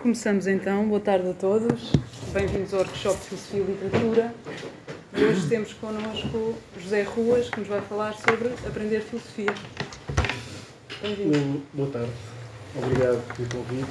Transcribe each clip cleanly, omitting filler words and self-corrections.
Começamos então, boa tarde a todos, bem-vindos ao workshop de Filosofia e Literatura. E hoje temos connosco José Ruas, que nos vai falar sobre aprender filosofia. Bem-vindo. Boa tarde, obrigado pelo convite.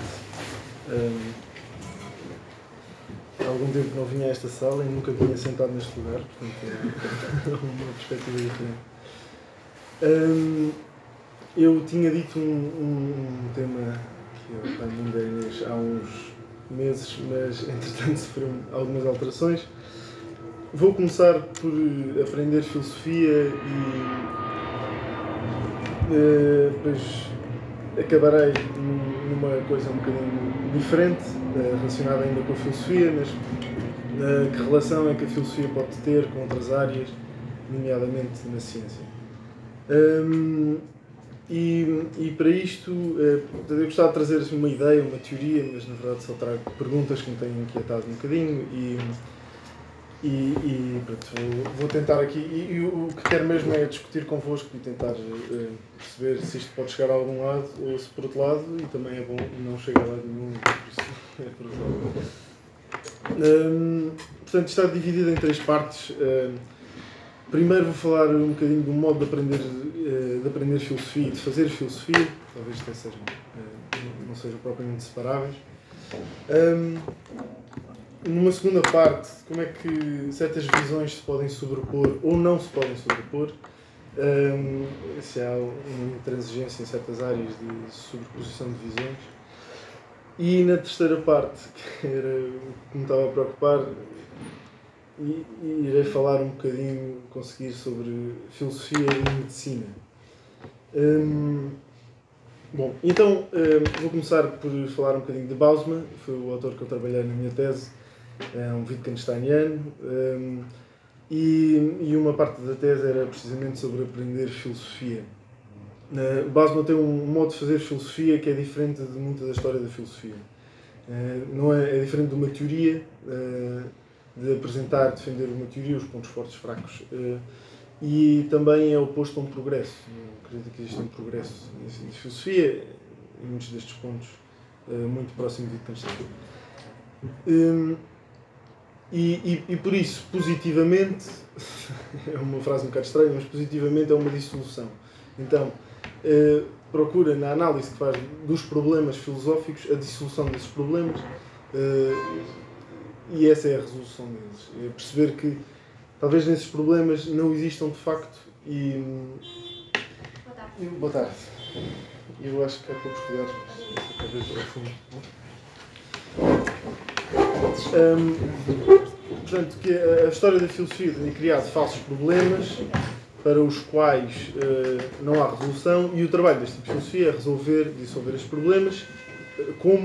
Há algum tempo não vinha a esta sala e nunca tinha sentado neste lugar, portanto é uma perspectiva diferente. Eu tinha dito um tema que eu mandei há uns meses, mas entretanto sofreu algumas alterações. Vou começar por aprender filosofia e depois acabarei numa coisa um bocadinho diferente, relacionada ainda com a filosofia, mas que relação é que a filosofia pode ter com outras áreas, nomeadamente na ciência. E para isto, eu gostava de trazer uma ideia, uma teoria, mas na verdade só trago perguntas que me têm inquietado um bocadinho e pronto, vou tentar aqui, e o que quero mesmo é discutir convosco e tentar perceber se isto pode chegar a algum lado ou se por outro lado, e também é bom não chegar a lado nenhum, por isso é por outro lado. Portanto, está dividido em três partes. Primeiro vou falar um bocadinho do modo de aprender filosofia e de fazer filosofia, talvez até sejam, não sejam propriamente separáveis. Numa segunda parte, como é que certas visões se podem sobrepor ou não se podem sobrepor, se há uma intransigência em certas áreas de sobreposição de visões. E na terceira parte, que era o que me estava a preocupar, irei falar um bocadinho, conseguir, sobre filosofia e medicina. Bom, então vou começar por falar um bocadinho de Bausmann, foi o autor que eu trabalhei na minha tese, é um Wittgensteiniano, e uma parte da tese era precisamente sobre aprender filosofia. Bausmann tem um modo de fazer filosofia que é diferente de muita da história da filosofia. Não é diferente de uma teoria, de apresentar, defender uma teoria, os pontos fortes e fracos, e também é oposto a um progresso. Não acredito que exista um progresso de filosofia, em muitos destes pontos, muito próximo de Wittgenstein. E por isso, positivamente, é uma frase um bocado estranha, mas positivamente é uma dissolução. Então, procura, na análise que faz dos problemas filosóficos, a dissolução desses problemas, e essa é a resolução deles. É perceber que talvez nesses problemas não existam de facto Boa tarde. Eu acho que há poucos lugares, mas talvez ao fundo. Portanto, que a história da filosofia tem criado falsos problemas para os quais não há resolução, e o trabalho deste tipo de filosofia é dissolver estes problemas, como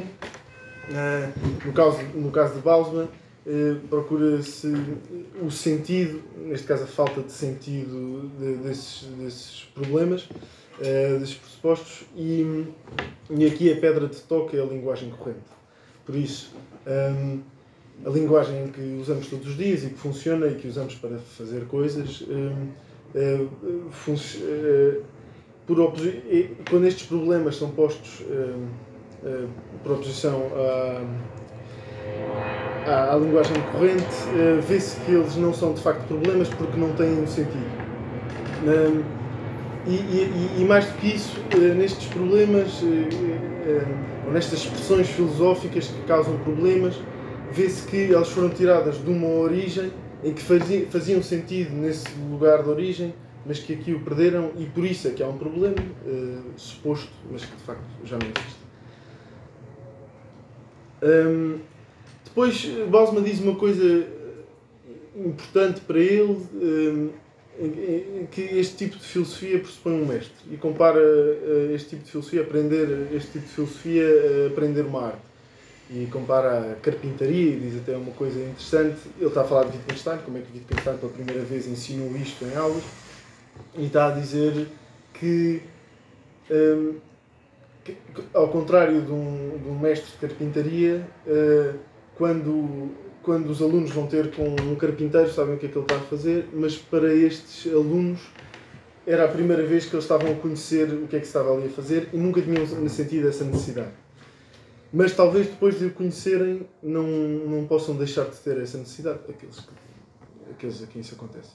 no caso de Bausmann, procura-se o sentido, neste caso a falta de sentido desses problemas, desses pressupostos, e aqui a pedra de toque é a linguagem corrente. Por isso, a linguagem que usamos todos os dias e que funciona e que usamos para fazer coisas, quando estes problemas são postos por oposição à linguagem corrente, vê-se que eles não são de facto problemas porque não têm um sentido. E mais do que isso, nestes problemas, ou nestas expressões filosóficas que causam problemas, vê-se que elas foram tiradas de uma origem em que faziam sentido nesse lugar de origem, mas que aqui o perderam, e por isso é que há um problema suposto, mas que de facto já não existe. Depois, Bausmann diz uma coisa importante para ele, que este tipo de filosofia pressupõe um mestre, e compara este tipo de filosofia, aprender este tipo de filosofia, a aprender uma arte. E compara a carpintaria, e diz até uma coisa interessante. Ele está a falar de Wittgenstein, como é que Wittgenstein pela primeira vez ensinou isto em aulas, e está a dizer que ao contrário de um mestre de carpintaria, quando os alunos vão ter com um carpinteiro, sabem o que é que ele está a fazer, mas para estes alunos era a primeira vez que eles estavam a conhecer o que é que se estava ali a fazer e nunca tinham sentido essa necessidade. Mas talvez depois de o conhecerem não possam deixar de ter essa necessidade, aqueles a quem isso acontece.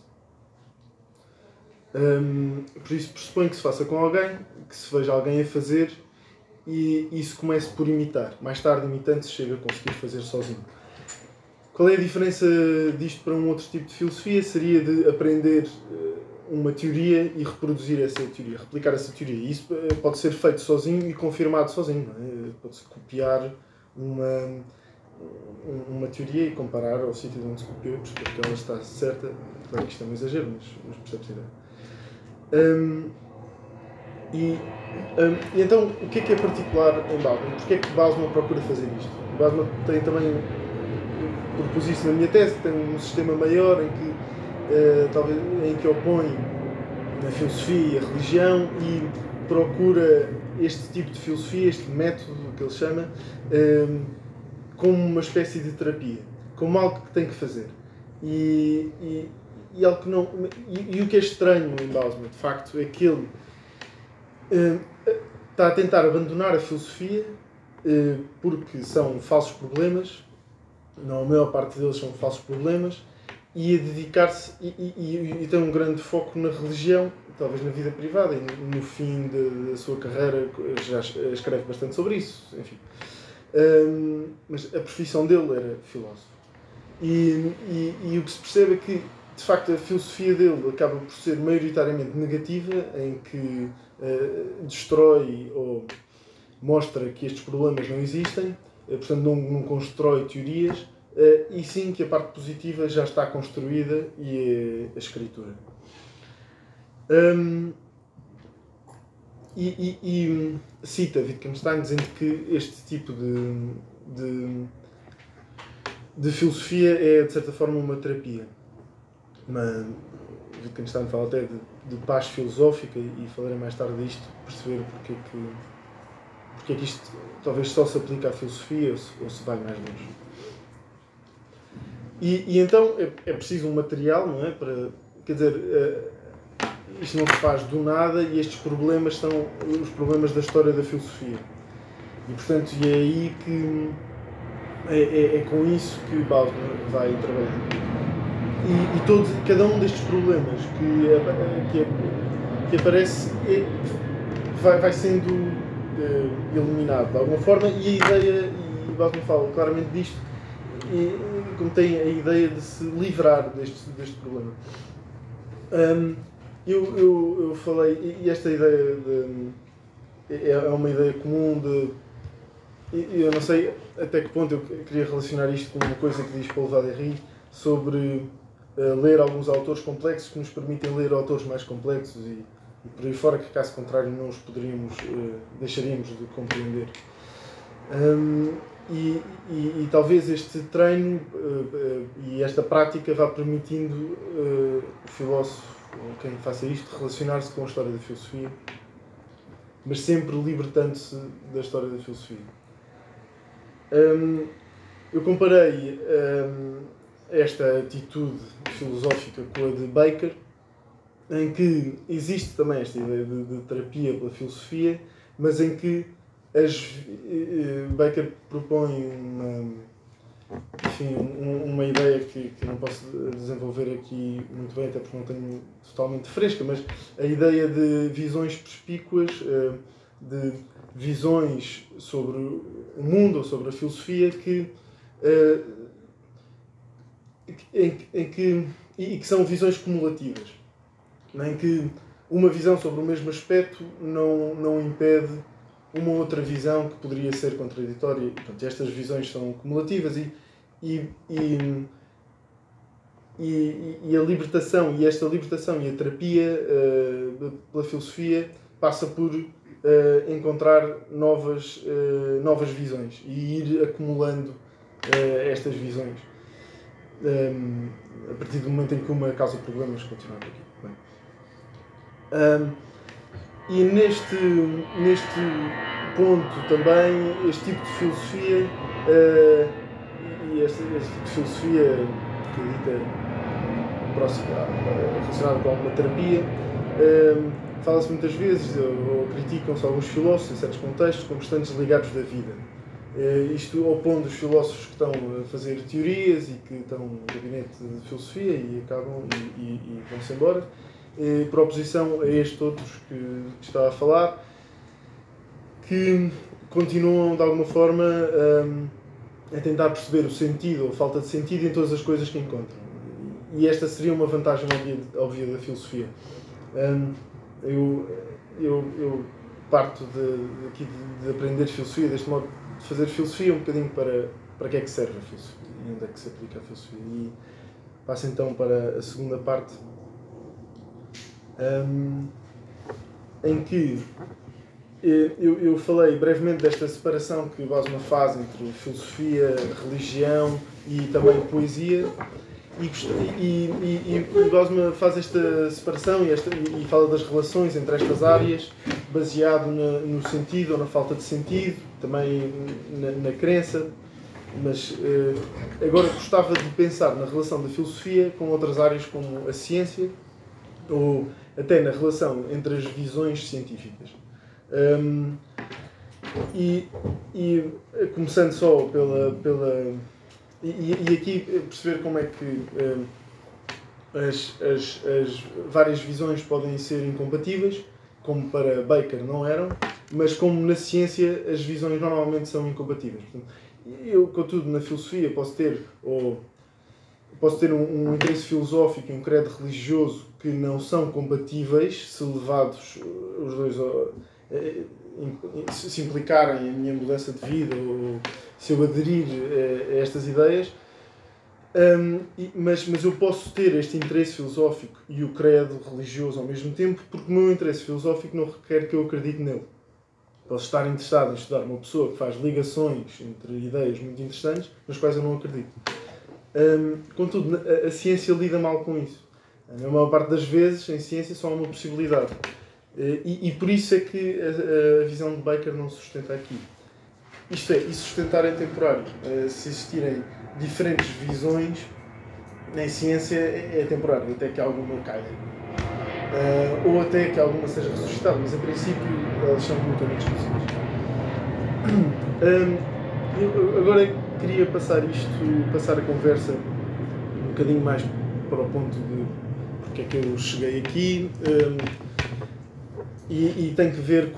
Por isso pressupõe que se faça com alguém, que se veja alguém a fazer e isso comece por imitar. Mais tarde, imitando, se chega a conseguir fazer sozinho. Qual é a diferença disto para um outro tipo de filosofia? Seria de aprender uma teoria e reproduzir essa teoria, replicar essa teoria. E isso pode ser feito sozinho e confirmado sozinho. Não é? Pode-se copiar uma teoria e comparar ao sítio onde se copiou, porque ela está certa. Claro que isto é um exagero, mas percebe-se a ideia. E então, o que é particular em Baldwin? Porquê é que Baldwin procura fazer isto? Baldwin tem também, propus isso na minha tese, que tem um sistema maior em que opõe a filosofia e a religião e procura este tipo de filosofia, este método que ele chama, como uma espécie de terapia, como algo que tem que fazer. E algo que não. E o que é estranho em Baldwin, de facto, é que ele está a tentar abandonar a filosofia porque são falsos problemas, não, a maior parte deles são falsos problemas, e a dedicar-se e tem um grande foco na religião, talvez na vida privada, e no fim da sua carreira já escreve bastante sobre isso, enfim. Mas a profissão dele era filósofo. E o que se percebe é que, de facto, a filosofia dele acaba por ser maioritariamente negativa, em que destrói ou mostra que estes problemas não existem, portanto não constrói teorias, e sim que a parte positiva já está construída e é a escritura. Cita Wittgenstein dizendo que este tipo de filosofia é, de certa forma, uma terapia. Mas Wittgenstein fala até de paz filosófica, e falarei mais tarde disto, perceber porque é que isto talvez só se aplica à filosofia ou se vai mais longe. E então é preciso um material, não é? Quer dizer, isto não se faz do nada, e estes problemas são os problemas da história da filosofia. E portanto é aí que é com isso que Baldwin vai trabalhar. E cada um destes problemas que aparece vai sendo eliminado de alguma forma, e a ideia, e Baldwin fala claramente disto, como tem a ideia de se livrar deste problema. Eu falei, e esta ideia é uma ideia comum eu não sei até que ponto eu queria relacionar isto com uma coisa que diz Paul Valéry sobre ler alguns autores complexos que nos permitem ler autores mais complexos e por aí fora, que caso contrário não os deixaríamos de compreender. E talvez este treino e esta prática vá permitindo o filósofo, ou quem faça isto, relacionar-se com a história da filosofia, mas sempre libertando-se da história da filosofia. Eu comparei esta atitude filosófica com a de Baker, em que existe também esta ideia de terapia pela filosofia, mas em que Baker propõe uma ideia que não posso desenvolver aqui muito bem, até porque não tenho totalmente fresca, mas a ideia de visões perspícuas, de visões sobre o mundo ou sobre a filosofia que são visões cumulativas, em que uma visão sobre o mesmo aspecto não impede uma outra visão que poderia ser contraditória. Portanto, estas visões são cumulativas e a libertação, e esta libertação e a terapia pela filosofia passa por encontrar novas visões e ir acumulando estas visões. A partir do momento em que uma causa problemas, continuando aqui. Bem. E neste ponto também, este tipo de filosofia, e este tipo de filosofia que é dita relacionada com alguma terapia, fala-se muitas vezes, ou criticam-se alguns filósofos em certos contextos, como estantes ligados da vida. Isto opondo os filósofos que estão a fazer teorias e que estão no gabinete de filosofia e acabam e vão-se embora, por oposição a estes outros que estava a falar, que continuam de alguma forma a tentar perceber o sentido ou falta de sentido em todas as coisas que encontram. E esta seria uma vantagem óbvia da filosofia. Eu parto aqui de aprender filosofia, deste modo de fazer filosofia um bocadinho para que é que serve a filosofia e onde é que se aplica a filosofia. E passo então para a segunda parte, em que eu falei brevemente desta separação que Bosma faz entre filosofia, religião e também poesia. E Bosma faz esta separação e fala das relações entre estas áreas, baseado no sentido ou na falta de sentido, também na crença. Mas agora gostava de pensar na relação da filosofia com outras áreas como a ciência, ou até na relação entre as visões científicas. Começando só pela e aqui perceber como é que as várias visões podem ser incompatíveis, como para Baker não eram, mas como na ciência as visões normalmente são incompatíveis. Portanto, eu, contudo, na filosofia posso ter um interesse filosófico e um credo religioso que não são compatíveis se levados os dois se implicarem a minha mudança de vida ou se eu aderir a estas ideias, mas eu posso ter este interesse filosófico e o credo religioso ao mesmo tempo, porque o meu interesse filosófico não requer que eu acredite nele. Posso estar interessado em estudar uma pessoa que faz ligações entre ideias muito interessantes, nas quais eu não acredito. Contudo, a ciência lida mal com isso. Na maior parte das vezes, em ciência, só há uma possibilidade. E por isso é que a visão de Baker não se sustenta aqui. Isto é, e sustentar é temporário. Se existirem diferentes visões, em ciência é temporário, até que alguma caia. Ou até que alguma seja ressuscitada, mas a princípio elas são mutuamente exclusivas. Eu agora queria passar a conversa um bocadinho mais para o ponto de porque é que eu cheguei aqui, e tem que ver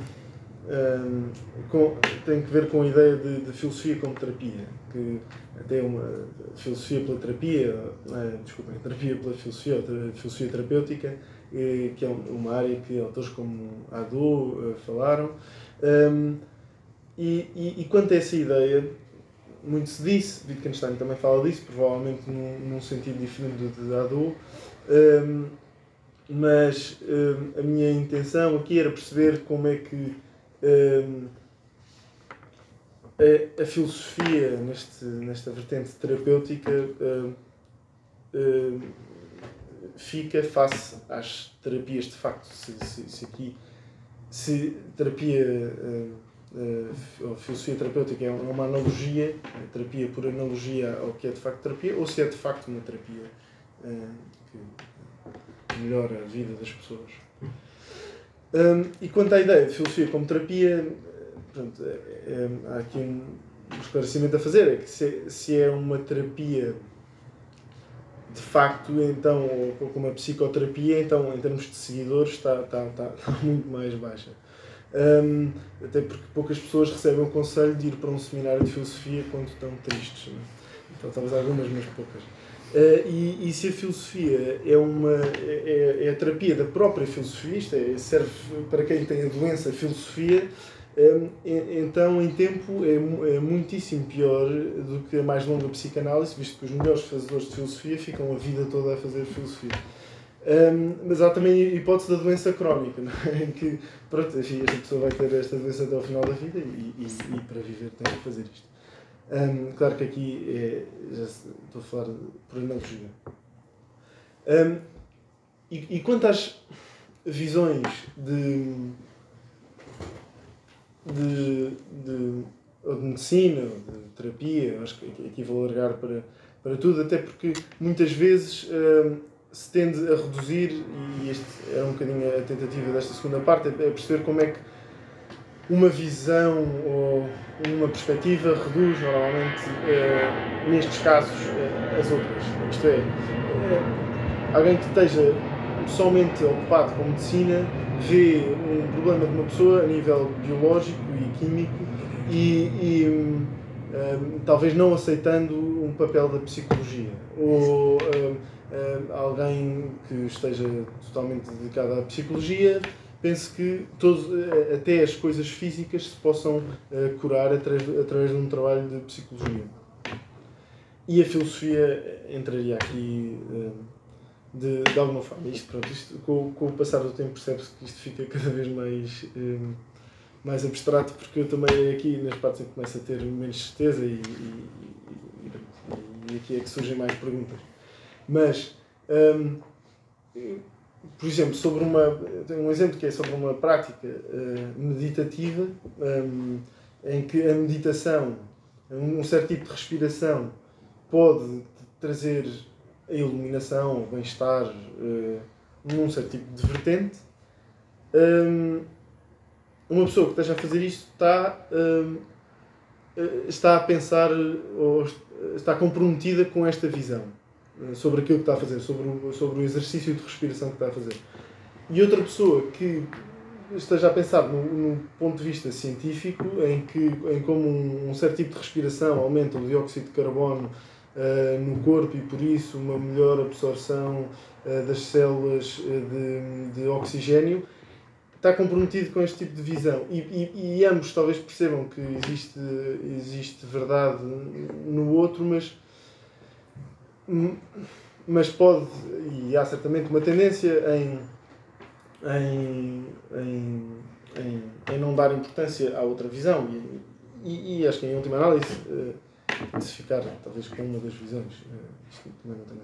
tem que ver com a ideia de filosofia como terapia, que até uma filosofia pela terapia, terapia pela filosofia, filosofia terapêutica, que é uma área que autores como Hadot falaram. E quanto a essa ideia, muito se disse, Wittgenstein também fala disso, provavelmente num sentido diferente do de Hadot, mas a minha intenção aqui era perceber como é que a filosofia nesta vertente terapêutica fica face às terapias de facto. Se terapia ou filosofia terapêutica é uma analogia, terapia por analogia ao que é de facto terapia, ou se é de facto uma terapia que melhora a vida das pessoas. E quanto à ideia de filosofia como terapia, pronto, há aqui um esclarecimento a fazer, é que se é uma terapia de facto, então, ou como a psicoterapia, então em termos de seguidores está muito mais baixa. Até porque poucas pessoas recebem o conselho de ir para um seminário de filosofia quando estão tristes, não é? Então, talvez algumas, mas poucas. E se a filosofia é a terapia da própria filosofia, isto serve para quem tem a doença filosofia, então em tempo é muitíssimo pior do que a mais longa psicanálise, visto que os melhores fazedores de filosofia ficam a vida toda a fazer filosofia. Mas há também a hipótese da doença crónica, não é? Em que, pronto, esta pessoa vai ter esta doença até ao final da vida e para viver tem que fazer isto. Claro que aqui já estou a falar por analogia. E quanto às visões de medicina, ou de terapia, acho que aqui vou alargar para tudo, até porque muitas vezes se tende a reduzir, e este era um bocadinho a tentativa desta segunda parte, é perceber como é que uma visão ou uma perspectiva reduz normalmente, nestes casos, as outras. Isto é, alguém que esteja somente ocupado com medicina vê um problema de uma pessoa a nível biológico e químico e talvez não aceitando um papel da psicologia. Ou alguém que esteja totalmente dedicado à psicologia penso que até as coisas físicas se possam curar através de um trabalho de psicologia. E a filosofia entraria aqui de alguma forma. Isto, com o passar do tempo percebe-se que isto fica cada vez mais abstrato, porque eu também aqui nas partes em que começo a ter menos certeza e aqui é que surgem mais perguntas. Mas, por exemplo, tenho um exemplo que é sobre uma prática meditativa, em que a meditação, um certo tipo de respiração, pode trazer a iluminação, o bem-estar, num certo tipo de vertente. Uma pessoa que esteja a fazer isto está a pensar ou está comprometida com esta visão sobre aquilo que está a fazer, sobre o exercício de respiração que está a fazer. E outra pessoa que esteja a pensar no ponto de vista científico, em como um certo tipo de respiração aumenta o dióxido de carbono no corpo e por isso uma melhor absorção das células de oxigénio, está comprometido com este tipo de visão e ambos talvez percebam que existe verdade no outro, mas pode, e há certamente uma tendência em não dar importância à outra visão e acho que em última análise de se ficar talvez com uma das visões. Isto também não tenho a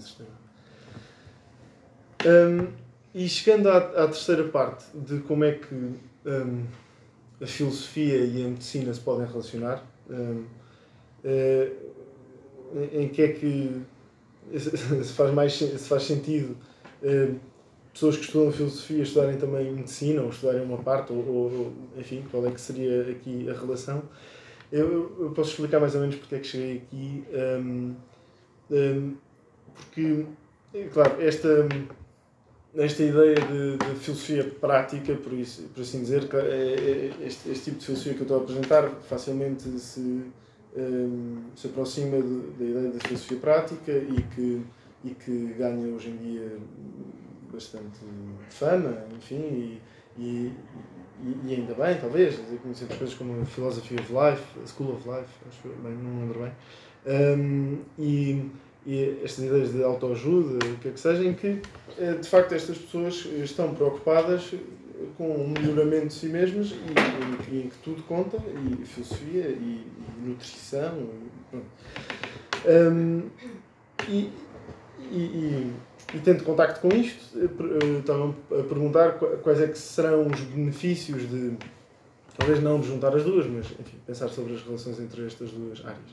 certeza. E chegando à terceira parte de como é que a filosofia e a medicina se podem relacionar, em que é que se faz sentido pessoas que estudam filosofia estudarem também medicina ou estudarem uma parte, ou enfim, qual é que seria aqui a relação. Eu posso explicar mais ou menos porque é que cheguei aqui, porque, claro, esta ideia de filosofia prática, por assim dizer, este tipo de filosofia que eu estou a apresentar facilmente se aproxima da ideia da filosofia prática e que ganha hoje em dia bastante fama, enfim, e ainda bem, talvez, conhecer coisas como a Philosophy of Life, a School of Life, acho bem, não me lembro bem, e estas ideias de autoajuda, o que é que seja, em que de facto estas pessoas estão preocupadas com o melhoramento de si mesmas e em que tudo conta, e filosofia, e nutrição, e tendo contacto com isto, estavam a perguntar quais é que serão os benefícios de, talvez não de juntar as duas, mas enfim, pensar sobre as relações entre estas duas áreas.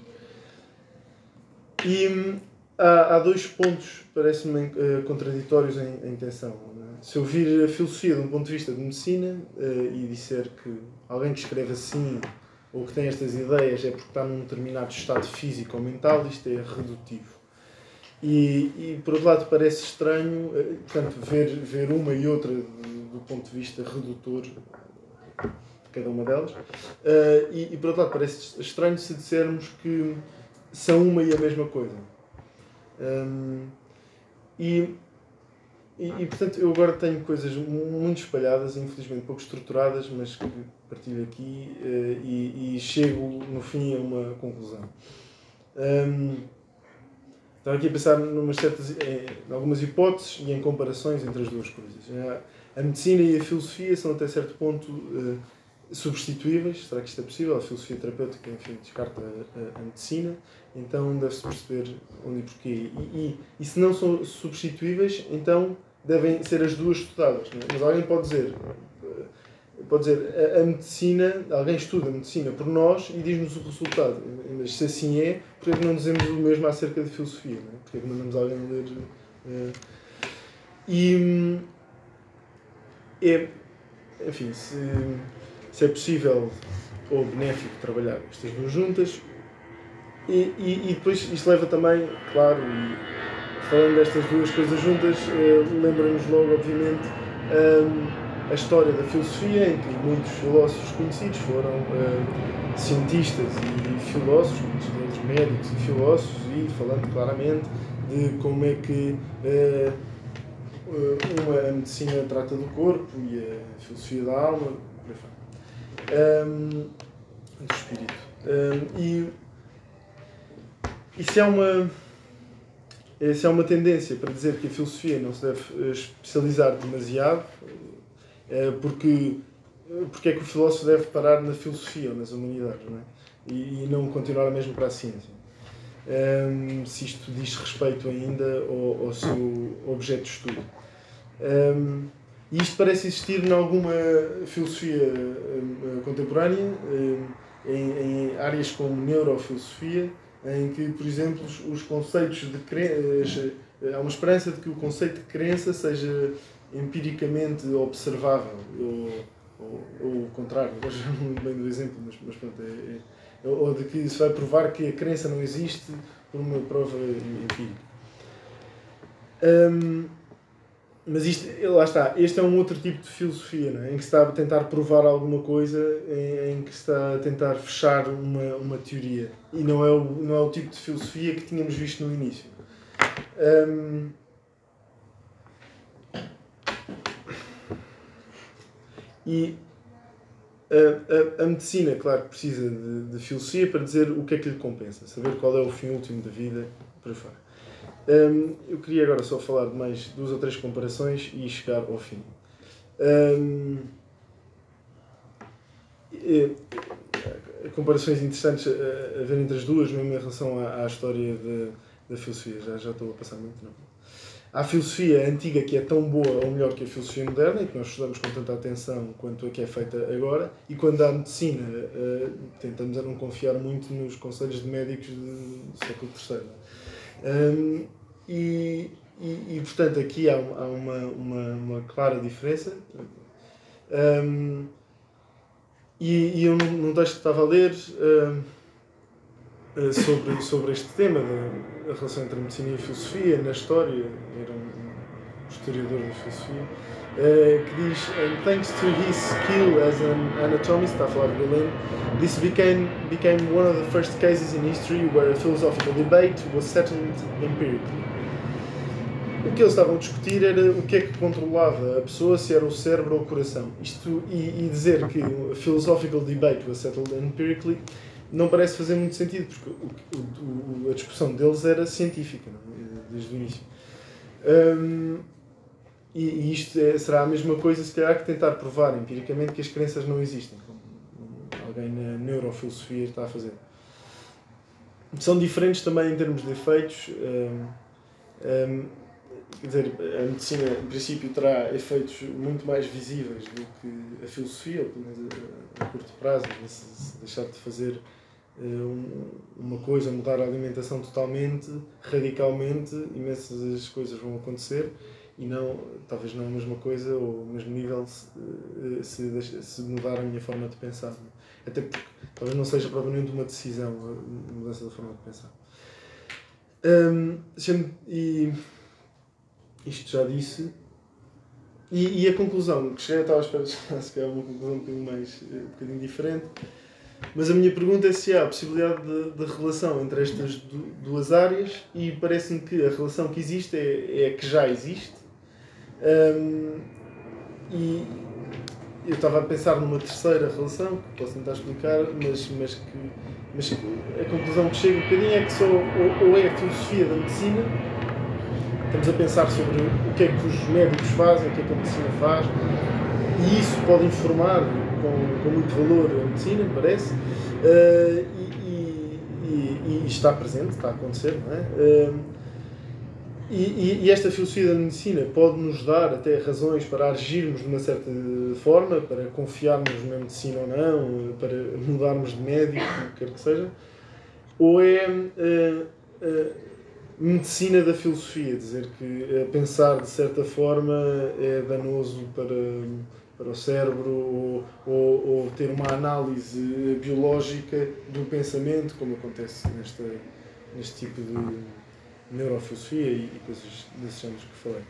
E há dois pontos, parece-me, contraditórios em tensão. Se eu vir a filosofia de um ponto de vista de medicina e disser que alguém que escreve assim ou que tem estas ideias é porque está num determinado estado físico ou mental, isto é redutivo. E por outro lado parece estranho, portanto, ver uma e outra do ponto de vista redutor de cada uma delas, e por outro lado parece estranho se dissermos que são uma e a mesma coisa. Portanto, eu agora tenho coisas muito espalhadas, infelizmente pouco estruturadas, mas que partilho aqui e chego no fim a uma conclusão. Estava aqui a pensar em algumas hipóteses e em comparações entre as duas coisas. A medicina e a filosofia são até certo ponto substituíveis. Será que isto é possível? A filosofia terapêutica, enfim, descarta a medicina, então deve-se perceber onde e porquê. E se não são substituíveis, então devem ser as duas estudadas. Não é? Mas alguém pode dizer a medicina, alguém estuda a medicina por nós e diz-nos o resultado. Mas se assim é, porque é que não dizemos o mesmo acerca de filosofia? Não é? Porque é que mandamos alguém ler? Enfim, se é possível ou benéfico trabalhar estas duas juntas. E depois isto leva também, claro, e falando destas duas coisas juntas, lembra-nos logo, obviamente, a história da filosofia, em que muitos filósofos conhecidos foram cientistas e filósofos, muitos deles médicos e filósofos, e falando claramente de como é que a medicina trata do corpo e a filosofia da alma, por aí fora, do espírito. E se há uma tendência para dizer que a filosofia não se deve especializar demasiado, porque é que o filósofo deve parar na filosofia ou nas humanidades, não é? E não continuar mesmo para a ciência. Se isto diz respeito ainda ao seu objeto de estudo. E isto parece existir em alguma filosofia contemporânea, em áreas como neurofilosofia, em que, por exemplo, os conceitos de crença, há uma esperança de que o conceito de crença seja empiricamente observável, ou o contrário, agora já não lembro bem do exemplo, mas pronto, ou de que se vai provar que a crença não existe por uma prova empírica. Mas isto, lá está, este é um outro tipo de filosofia, não é? Em que se está a tentar provar alguma coisa, em que se está a tentar fechar uma teoria. E não é o tipo de filosofia que tínhamos visto no início. E a medicina, claro, precisa de filosofia para dizer o que é que lhe compensa, saber qual é o fim último da vida, por aí fora. Eu queria agora só falar de mais 2 ou 3 comparações e chegar ao fim. Comparações interessantes a ver entre as duas, mesmo em relação à história da filosofia. Já estou a passar muito, não. Há a filosofia antiga que é tão boa ou melhor que a filosofia moderna e que nós estudamos com tanta atenção quanto a que é feita agora, e quando há medicina tentamos a não confiar muito nos conselhos de médicos do século III. E portanto aqui há uma clara diferença. E eu num texto que estava a ler sobre este tema da relação entre a medicina e a filosofia, na história, era um historiador da filosofia, que diz: "And thanks to his skill as an anatomist", está a falar de Galeno, "this became one of the first cases in history where a philosophical debate was settled empirically." O que eles estavam a discutir era o que é que controlava a pessoa, se era o cérebro ou o coração. E dizer que a philosophical debate was settled empirically não parece fazer muito sentido, porque a discussão deles era científica, não é? Desde o início. E isto será a mesma coisa, se calhar, que tentar provar empiricamente que as crenças não existem, como alguém na neurofilosofia está a fazer. São diferentes também em termos de efeitos. Quer dizer, a medicina, em princípio, terá efeitos muito mais visíveis do que a filosofia, ou pelo menos a curto prazo. Se deixar de fazer uma coisa, mudar a alimentação totalmente, radicalmente, imensas coisas vão acontecer, e talvez não a mesma coisa ou o mesmo nível se mudar a minha forma de pensar. Até porque talvez não seja propriamente uma decisão, a mudança da forma de pensar. Isto já disse. E a conclusão que cheguei, estava à espera de chegar, se calhar uma conclusão um bocadinho diferente. Mas a minha pergunta é se há a possibilidade de relação entre estas duas áreas, e parece-me que a relação que existe é a que já existe. E eu estava a pensar numa terceira relação, que posso tentar explicar, mas que a conclusão que chega um bocadinho é que só ou é a filosofia da medicina. Estamos a pensar sobre o que é que os médicos fazem, o que é que a medicina faz, e isso pode informar com muito valor a medicina, me parece, e está presente, está a acontecer, não é? E esta filosofia da medicina pode nos dar até razões para agirmos de uma certa forma, para confiarmos na medicina ou não, para mudarmos de médico, o que quer que seja, ou é medicina da filosofia, dizer que pensar de certa forma é danoso para o cérebro ou ter uma análise biológica do pensamento, como acontece neste tipo de neurofilosofia e coisas desses géneros que falei.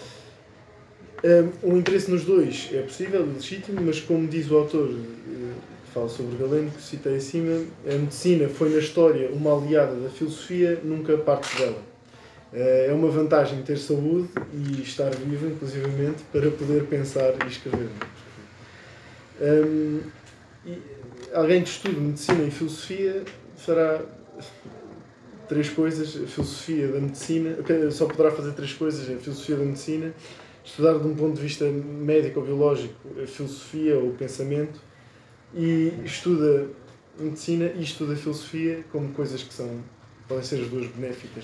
O interesse nos dois é possível, legítimo, mas como diz o autor que fala sobre Galeno, que citei acima, a medicina foi na história uma aliada da filosofia, nunca parte dela. É uma vantagem ter saúde e estar vivo, inclusivamente, para poder pensar e escrever. Alguém que estude medicina e filosofia fará 3 coisas. A filosofia da medicina, só poderá fazer 3 coisas: a filosofia da medicina, estudar de um ponto de vista médico ou biológico a filosofia ou o pensamento, e estuda medicina e estuda filosofia como coisas que podem ser as duas benéficas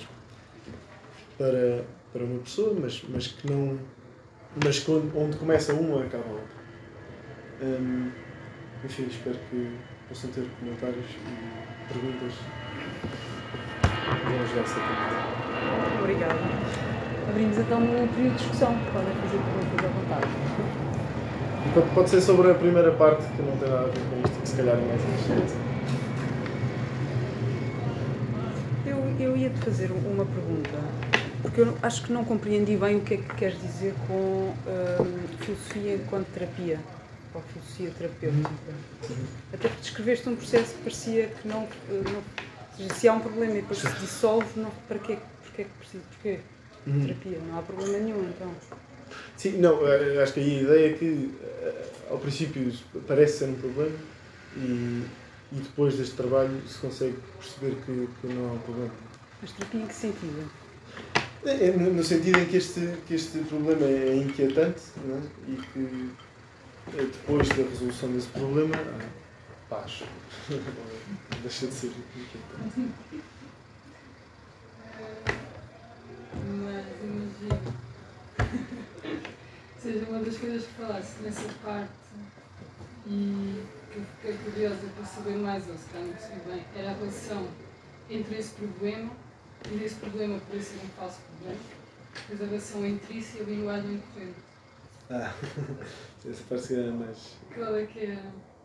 para uma pessoa, mas que não, mas onde começa uma acaba a outra. Enfim, espero que possam ter comentários e perguntas. Vamos já essa pergunta. Obrigada. Abrimos então um período de discussão. Podem fazer perguntas à vontade. Pode ser sobre a primeira parte, que não tem nada a ver com isto, que se calhar é mais interessante. Eu ia-te fazer uma pergunta, porque eu acho que não compreendi bem o que é que queres dizer com filosofia enquanto terapia, ou filosofia terapêutica. Até porque descreveste um processo que parecia que não ou seja, se há um problema e depois se dissolve, para quê? Porquê terapia? Não há problema nenhum, então. Sim, não, acho que aí a ideia é que ao princípio parece ser um problema e depois deste trabalho se consegue perceber que não há um problema. Mas terapia em que sentido? No sentido em que este problema é inquietante, não é? E que depois da resolução desse problema há paz. Deixa de ser inquietante. Mas imagino seja uma das coisas que falaste nessa parte e que eu fiquei curiosa para saber mais, ou se calhar não percebi bem, era a relação entre esse problema e esse problema por ser um falso problema, mas a relação entre isso e a linguagem corrente. Essa parte é mais... Qual é que é?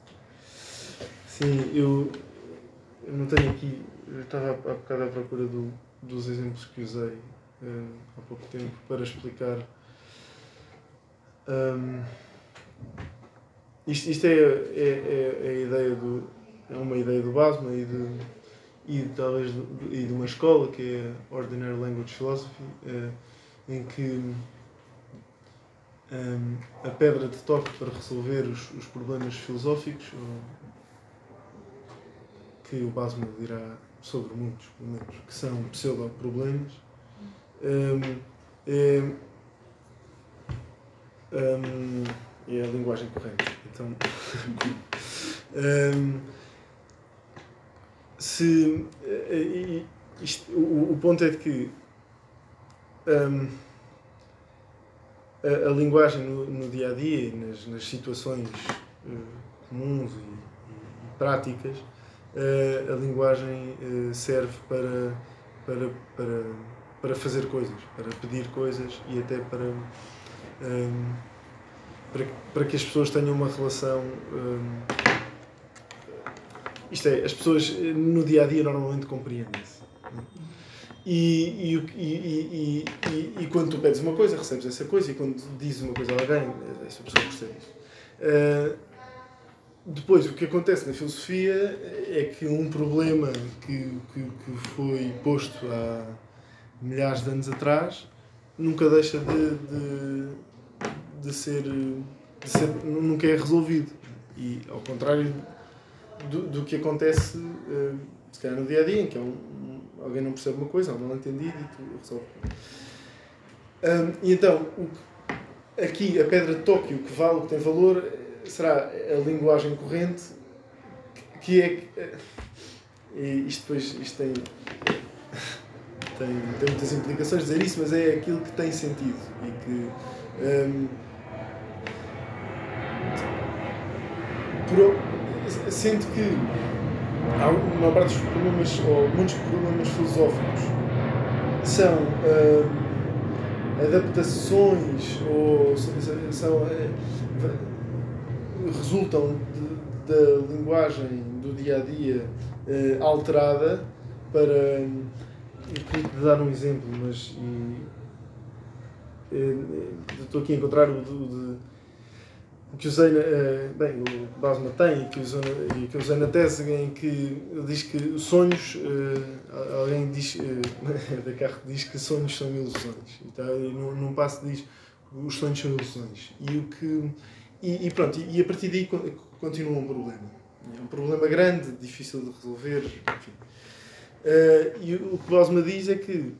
Sim, eu não tenho aqui... Eu estava há bocado à procura dos exemplos que usei há pouco tempo para explicar. Isto é a ideia é uma ideia do Basma e talvez de uma escola que é a Ordinary Language Philosophy, em que a pedra de toque para resolver os problemas filosóficos, que o Basma dirá sobre muitos, pelo menos, que são pseudo-problemas, é a linguagem corrente. Então, o ponto é de que a linguagem no dia a dia e nas situações comuns e práticas, a linguagem serve para fazer coisas, para pedir coisas e até para que as pessoas tenham uma relação. Isto é, as pessoas no dia a dia normalmente compreendem-se. E quando tu pedes uma coisa, recebes essa coisa, e quando dizes uma coisa a alguém, essa pessoa percebe isso. Depois, o que acontece na filosofia é que um problema que foi posto há milhares de anos atrás nunca deixa de ser nunca é resolvido. E ao contrário do que acontece se calhar no dia a dia, em que alguém não percebe uma coisa, há um mal-entendido e tu resolves. E então, aqui a pedra de toque, o que vale, o que tem valor, será a linguagem corrente, que é. E isto tem muitas implicações dizer isso, mas é aquilo que tem sentido e que. Sinto que uma parte dos problemas, ou muitos problemas filosóficos, são adaptações ou são resultam da linguagem do dia-a-dia alterada para... Eu queria te dar um exemplo, mas... estou aqui a encontrar o que usei, bem, o Basma tem e que usei na tese, em que ele diz que os sonhos, alguém diz, Descartes diz que sonhos são ilusões, e num passo diz os sonhos são ilusões, e pronto, e a partir daí continua um problema. É um problema grande, difícil de resolver, enfim. E o que Basma diz é que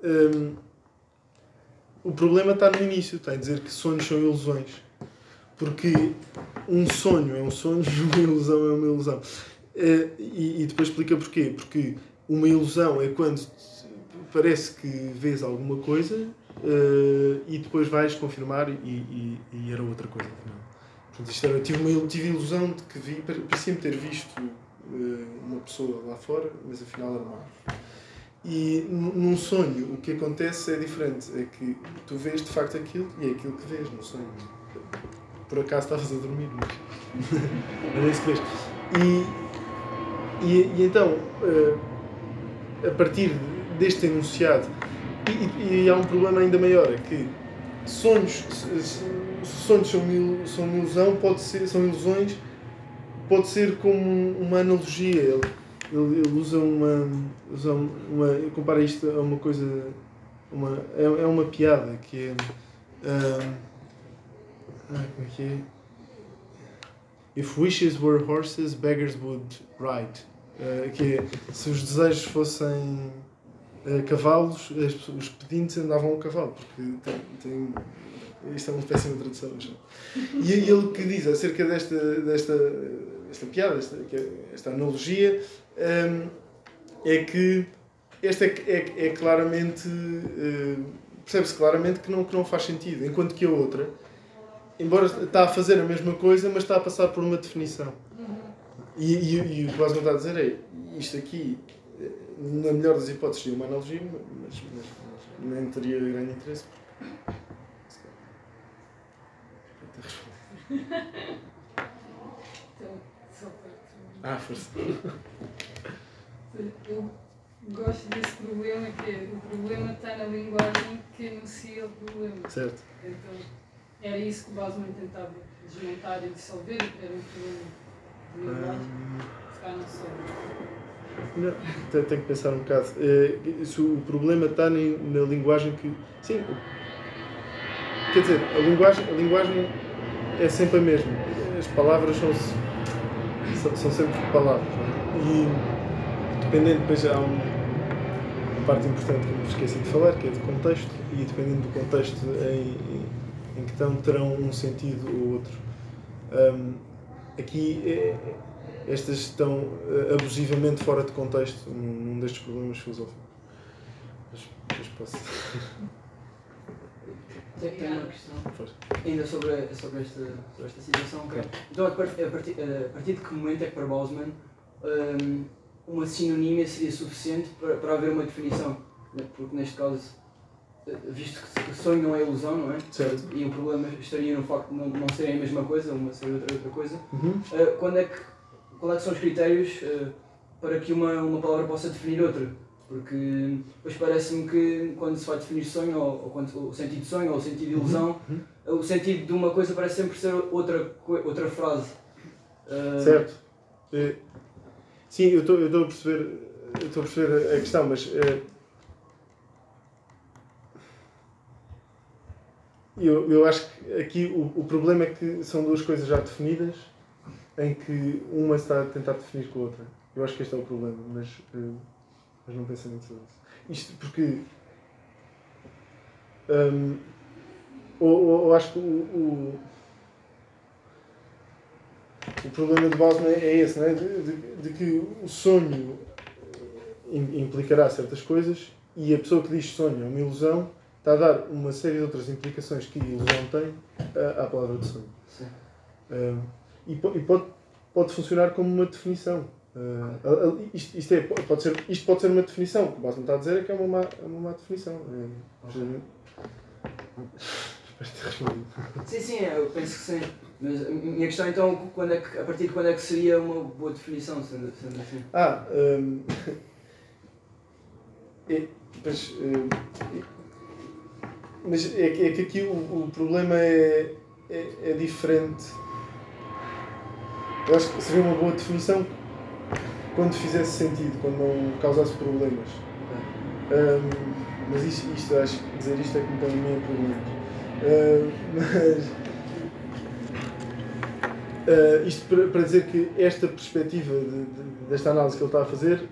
o problema está no início, está a dizer que sonhos são ilusões. Porque um sonho é um sonho e uma ilusão é uma ilusão. E depois explica porquê. Porque uma ilusão é quando parece que vês alguma coisa e depois vais confirmar e era outra coisa. Portanto, isto era, tive a ilusão de que parecia-me ter visto uma pessoa lá fora, mas afinal era uma árvore. E num sonho o que acontece é diferente. É que tu vês de facto aquilo e é aquilo que vês no sonho. Por acaso estavas a dormir, mas é isso que vês. E então, a partir deste enunciado, e há um problema ainda maior, é que sonhos são uma ilusão, são ilusões, pode ser como uma analogia. Ele usa ele compara isto a uma coisa, é uma piada que é... como é que é? If wishes were horses, beggars would ride. Que é, se os desejos fossem cavalos, os pedintes andavam a cavalo, porque isto é uma péssima tradução. E ele que diz acerca desta piada, esta analogia, é que esta é claramente, percebe-se claramente que não faz sentido, enquanto que a outra, embora está a fazer a mesma coisa, mas está a passar por uma definição. E o que Basma está a dizer é, isto aqui, na melhor das hipóteses, seria uma analogia, mas nem teria grande interesse. Força. Eu gosto desse problema, que é, o problema está na linguagem que enuncia o problema. Certo. Então, era isso que o Basman tentava desmontar e dissolver, que era um problema de linguagem, ficar no solo. Não, tenho que pensar um bocado. O problema está na linguagem que... Sim, quer dizer, a linguagem é sempre a mesma. As palavras são sempre palavras. E dependendo, depois há uma parte importante que eu me esqueci de falar, que é de contexto, e dependendo do contexto em que terão um sentido ou outro. Aqui estas estão abusivamente fora de contexto num destes problemas filosóficos. Mas posso... Tenho uma questão ainda sobre esta situação. Okay. Então, a partir de que momento é que para Basman uma sinonímia seria suficiente para haver uma definição? Porque neste caso, visto que sonho não é ilusão, não é? Certo. E o problema estaria no facto de não serem a mesma coisa, uma ser outra coisa. Uhum. Qual é que são os critérios para que uma palavra possa definir outra? Porque depois parece-me que quando se vai definir sonho, ou quando, o sentido de sonho ou o sentido de ilusão, o sentido de uma coisa parece sempre ser outra frase. Certo. Sim, eu estou a perceber a questão, mas eu acho que aqui o problema é que são duas coisas já definidas, em que uma está a tentar definir com a outra. Eu acho que este é o problema, mas não pensei muito sobre isso. Isto porque... eu acho que o problema de Basman é esse, não é? De que o sonho implicará certas coisas e a pessoa que diz sonho é uma ilusão, está a dar uma série de outras implicações que a ilusão tem à palavra de sonho. Sim. E pode funcionar como uma definição. Isto pode ser uma definição. O que o Basman está a dizer é que é uma má definição. Espero ter respondido. Sim, eu penso que sim. Mas a minha questão então, a partir de quando é que seria uma boa definição, sendo assim? Mas é que aqui o problema é diferente. Eu acho que seria uma boa definição quando fizesse sentido, quando não causasse problemas. Mas isto acho que dizer isto é que me põe a mim a problemas. Isto para dizer que esta perspectiva desta análise que ele está a fazer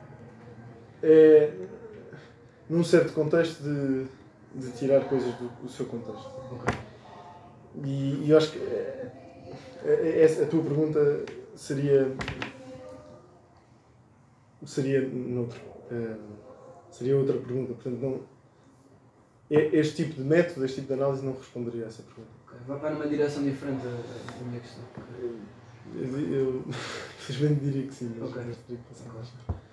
é num certo contexto de tirar coisas do seu contexto. Okay. E eu acho que a tua pergunta seria seria outra pergunta, portanto não, este tipo de método, este tipo de análise não responderia a essa pergunta. Okay. Vai para numa direção diferente da minha questão. Eu felizmente diria que sim, mas okay. Mas teria que passar mais.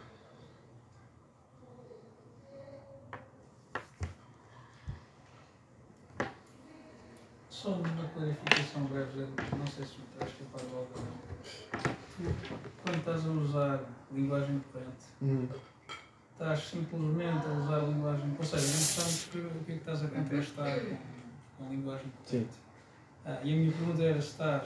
Só uma clarificação breve, não sei se me estás capaz de algo. Quando estás a usar linguagem corrente, estás simplesmente a usar linguagem, ou seja, não sabes o que é que estás a contrastar com linguagem corrente. E a minha pergunta era se estás,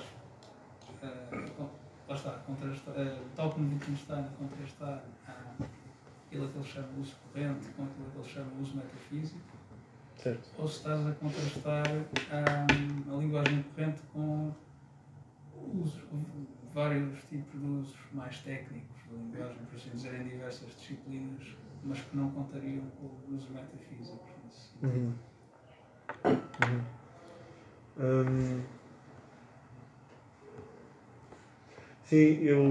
lá está, tal como Wittgenstein, a contrastar aquilo que ele chama de uso corrente com aquilo que ele chama de uso metafísico. Certo. Ou se estás a contrastar a linguagem corrente com vários tipos de usos mais técnicos da linguagem, por assim dizer, em diversas disciplinas, mas que não contariam com usos metafísicos. Sim, eu...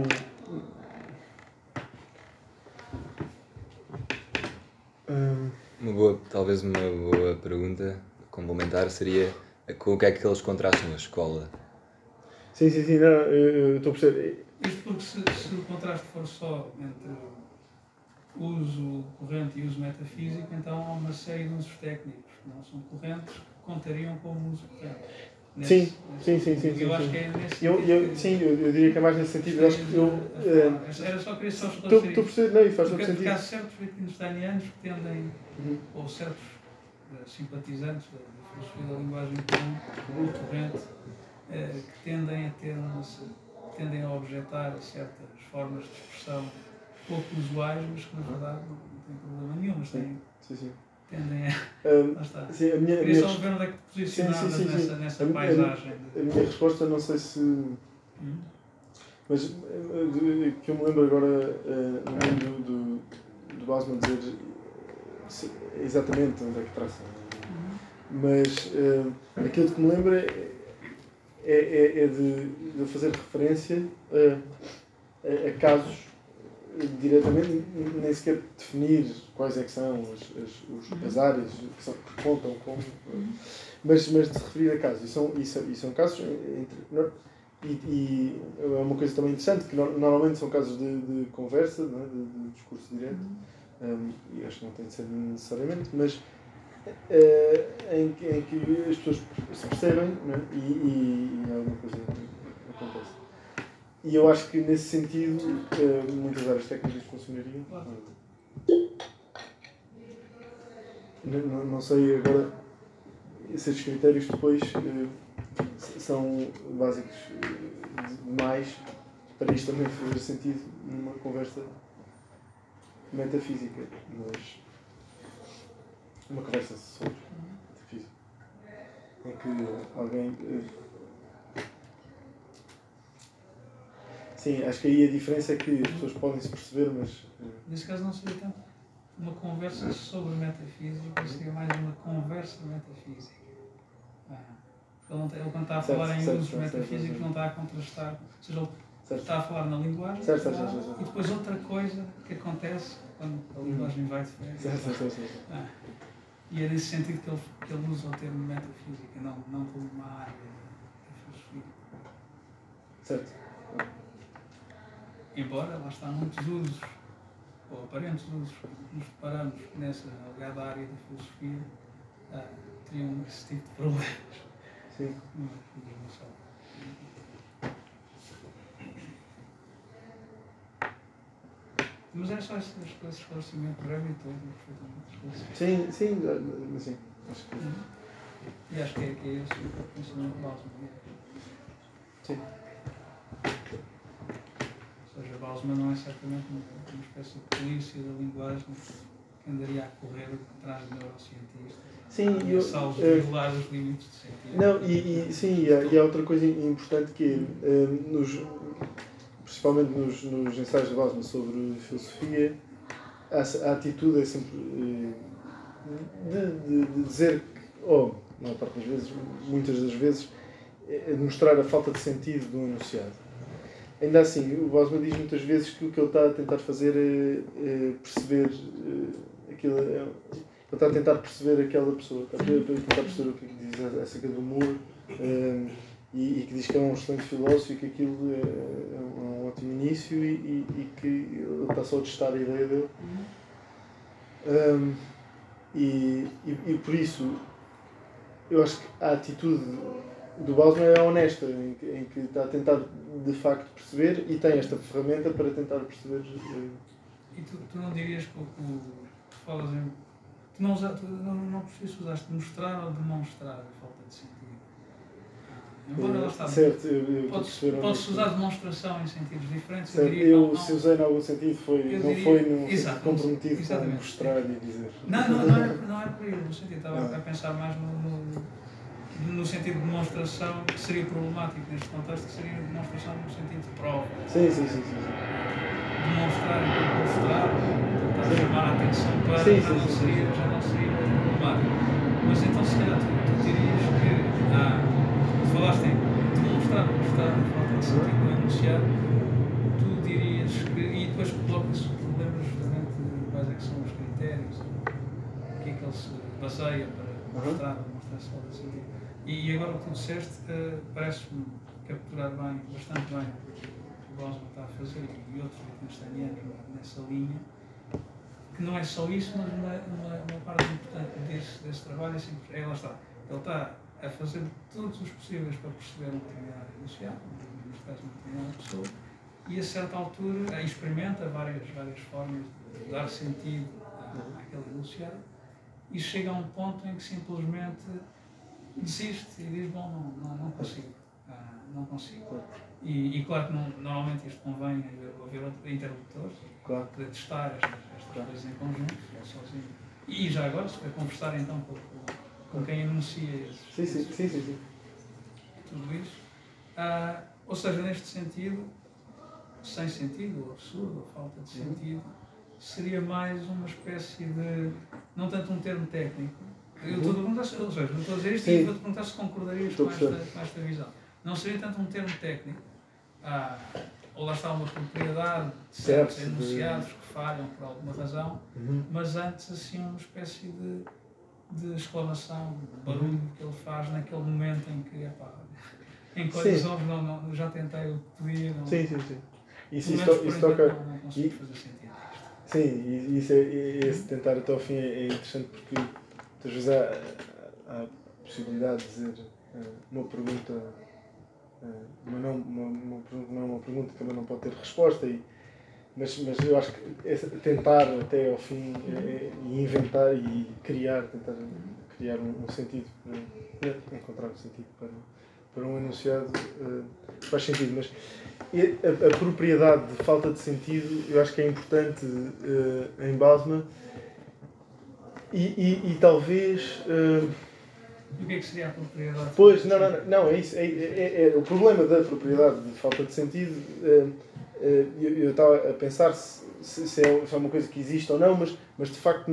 Talvez uma boa pergunta complementar seria com o que é que eles contrastam na escola? Sim, não, eu estou a perceber. Isto porque se o contraste for só entre uso corrente e uso metafísico, então há uma série de usos técnicos que não são correntes que contariam como uso corrente. Sim. Eu acho que é nesse sentido. Sim, eu diria que é mais nesse sentido. Eu acho que era só querer só esclarecer. Estou a perceber, não, e faz todo sentido. Porque há certos wittgensteinianos que tendem, ou certos simpatizantes da filosofia da linguagem corrente, que tendem a objetar certas formas de expressão pouco usuais, mas que na verdade não têm problema nenhum, mas tendem a... Lá está. Queria só ver onde é que te posicionavas nessa paisagem. A minha resposta, não sei se... Mas que eu me lembro agora, no meio do Bosman dizer exatamente onde é que traça. Mas aquilo que me lembro é de fazer referência a casos diretamente, nem sequer definir quais é que são as áreas que contam como, mas de se referir a casos. E são casos e é uma coisa também interessante, que normalmente são casos de conversa, não é? de discurso direto, e acho que não tem de ser necessariamente, mas em que as pessoas se percebem, não é? E alguma coisa acontece. E eu acho que nesse sentido muitas áreas técnicas funcionariam. Não sei agora se esses critérios depois são básicos demais para isto também fazer sentido numa conversa metafísica, mas uma conversa sobre metafísica em que alguém sim, acho que aí a diferença é que as pessoas podem se perceber, mas nesse caso não seria tanto uma conversa sobre metafísica, seria mais uma conversa metafísica. Ele quando está a falar em usos metafísicos não está a contrastar, ou seja, ele está a falar na linguagem e depois outra coisa que acontece quando a linguagem vai de férias. E é nesse sentido que ele usa o termo metafísica, não como uma área da filosofia. Certo. Embora lá está muitos usos, ou aparentes usos, que nos deparamos nessa alegada área da filosofia, teriam esse tipo de problemas. Sim. Mas é só esse esclarecimento breve e todo, perfeitamente. Sim, mas sim. Acho que... E acho que é esse o pensamento básico. Sim. Ou seja, Balsman não é certamente uma espécie de polícia da linguagem que andaria a correr atrás de neurocientistas. Sim, salvo violar os limites de sentido. Não, sim, e há outra coisa importante que principalmente nos ensaios de Balsman sobre filosofia, a atitude é sempre de dizer que, na maior parte das vezes, muitas das vezes, de mostrar a falta de sentido do enunciado. Ainda assim, o Balsman diz muitas vezes que o que ele está a tentar fazer é perceber aquilo. Ele está a tentar perceber aquela pessoa, está a tentar perceber o que diz acerca do humor e que diz que é um excelente filósofo e que aquilo é um ótimo início e que ele está só a testar a ideia dele. E por isso, eu acho que a atitude do Balsman é honesta, em que está a tentar de facto perceber e tem esta ferramenta para tentar perceber. E tu não dirias que tu falas em. Tu não precisas usaste de mostrar ou demonstrar a falta de sentido. Embora ela está. Certo, podes usar demonstração em sentidos diferentes. Certo, se usei em algum sentido não foi num sentido comprometido com mostrar e dizer. Não é por aí, no sentido. Estava a pensar mais no sentido de demonstração, que seria problemático neste contexto, que seria demonstração no sentido de prova. Sim. Demonstrar e mostrar, tentar chamar a atenção para já não seria problemático. Mas então, se calhar, tu dirias que falaste em demonstrar a falta de sentido no enunciado, tu dirias que, e depois colocas o problema justamente de quais é que são os critérios, o que é que ele se baseia para demonstrar essa falta de sentido. E agora o que tu disseste parece-me capturar bastante bem o que o Balsman está a fazer e outros wittgensteinianos nessa linha, que não é só isso, mas uma parte importante desse trabalho é lá está. Ele está a fazer todos os possíveis para perceber um determinado enunciado, neste caso uma determinada pessoa, e a certa altura experimenta várias formas de dar sentido àquele enunciado e chega a um ponto em que simplesmente desiste e diz, bom, não consigo. Não consigo. E claro que normalmente isto convém haver interlocutores, claro, poder testar estas coisas em conjunto, ou sozinho. E já agora, se puder conversar então com quem enuncia sim. tudo isso. Ou seja, neste sentido, sem sentido, ou absurdo, ou falta de sentido, seria mais uma espécie de, não tanto um termo técnico. Eu estou a perguntar, ou seja, eu estou a dizer isto e vou-te perguntar se concordarias com esta visão. Não seria tanto um termo técnico, ou lá está uma propriedade de certos enunciados que falham por alguma razão, mas antes assim uma espécie de exclamação, de barulho que ele faz naquele momento em que, em coisas óbvias, não, já tentei o que podia. Não, sim. Isso toca. Não consigo fazer sentido. Sim, e isso esse tentar até ao fim é interessante porque muitas vezes há a possibilidade de dizer uma pergunta, mas não uma pergunta que também não pode ter resposta, mas eu acho que tentar até ao fim e inventar e tentar criar um sentido, encontrar um sentido para um enunciado faz sentido, mas a propriedade de falta de sentido eu acho que é importante em Balsman e talvez... E o que é que seria a propriedade? Pois, não, é isso. É o problema da propriedade de falta de sentido. Eu estava a pensar se é uma coisa que existe ou não, mas de facto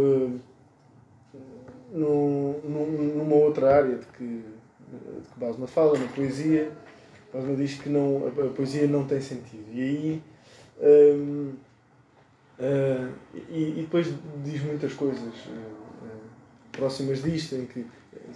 numa outra área de que Balsman fala, na poesia, Balsman diz que a poesia não tem sentido. E aí e depois diz muitas coisas próximas disto, em que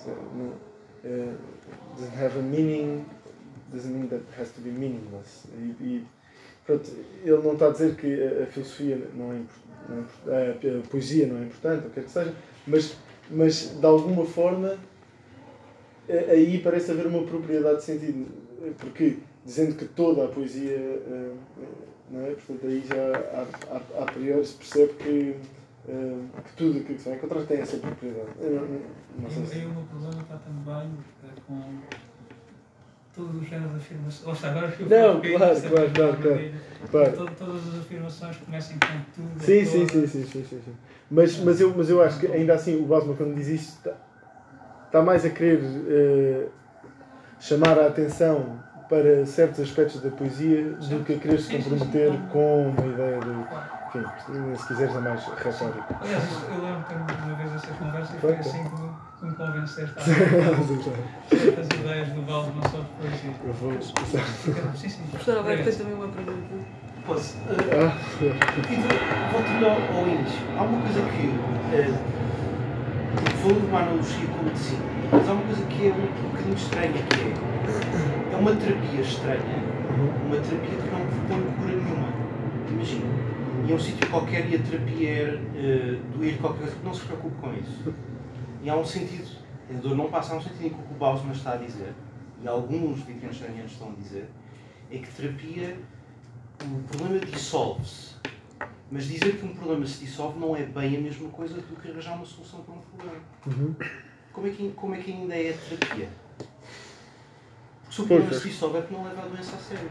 doesn't have a meaning, doesn't mean that it has to be meaningless. Pronto, ele não está a dizer que a filosofia não é importante, a poesia não é importante, ou o que é que seja, mas de alguma forma aí parece haver uma propriedade de sentido, porque dizendo que toda a poesia não é? Portanto, aí já a priori se percebe que tudo aquilo que se vai encontrar tem essa propriedade. Não sei se... Aí o meu problema está também com todos os géneros de afirmações. Ou seja, agora eu Não, claro. Todas as afirmações começam com tudo. Sim. Mas eu acho que ainda assim o Bosman, quando diz isto, está mais a querer chamar a atenção para certos aspectos da poesia do que a querer se comprometer com uma ideia de... Enfim, se quiseres é mais retórico. Aliás, eu lembro-me uma vez dessa conversa e foi assim que me convenceste a certas ideias do Bosman sobre poesia. Eu vou expressar. Sim. Professor Alberto tem também uma pergunta. Posso? Voltando ao início, há uma coisa que... Falando de uma analogia com medicina, mas há uma coisa que é um bocadinho estranha, que é uma terapia estranha, uma terapia que não propõe cura nenhuma. Imagina, e é um sítio qualquer e a terapia é doer qualquer coisa, não se preocupe com isso. E há um sentido, a dor não passa, há um sentido em que o Bosman está a dizer, e alguns Wittgensteinianos estão a dizer, é que terapia, o problema dissolve-se. Mas dizer que um problema se dissolve não é bem a mesma coisa do que arranjar uma solução para um problema. Como é que ainda é a terapia? Porque se o problema se dissolve é porque não leva a doença a sério.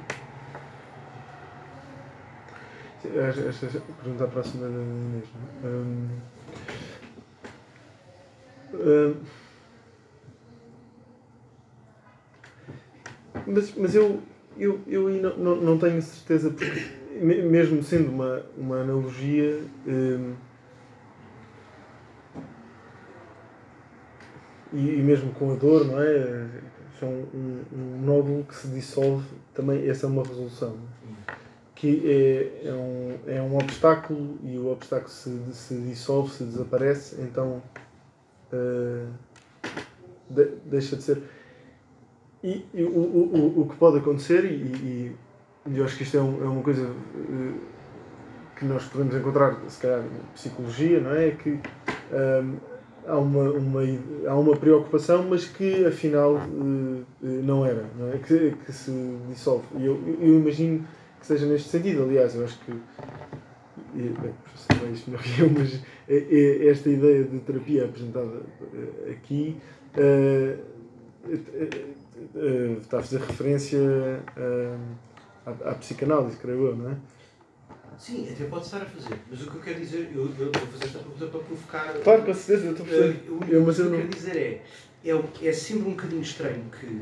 Esta pergunta à próxima da Inês. Mas eu aí não tenho certeza, porque mesmo sendo uma analogia, e mesmo com a dor, não é? São um nódulo que se dissolve, também essa é uma resolução. Que é um obstáculo, e o obstáculo se dissolve, se desaparece, então deixa de ser. E o que pode acontecer, e eu acho que isto é uma coisa que nós podemos encontrar, se calhar, na psicologia, não é? Que há uma preocupação, mas que afinal não era, não é? Que se dissolve. E eu imagino que seja neste sentido. Aliás, eu acho que, bem, isto melhor que eu, mas esta ideia de terapia apresentada aqui está a fazer referência à psicanálise, creio eu, não é? Sim, até pode estar a fazer, mas o que eu quero dizer, eu vou fazer esta pergunta para provocar... Claro, com certeza, eu estou a perceber. O que eu quero dizer é sempre um bocadinho estranho que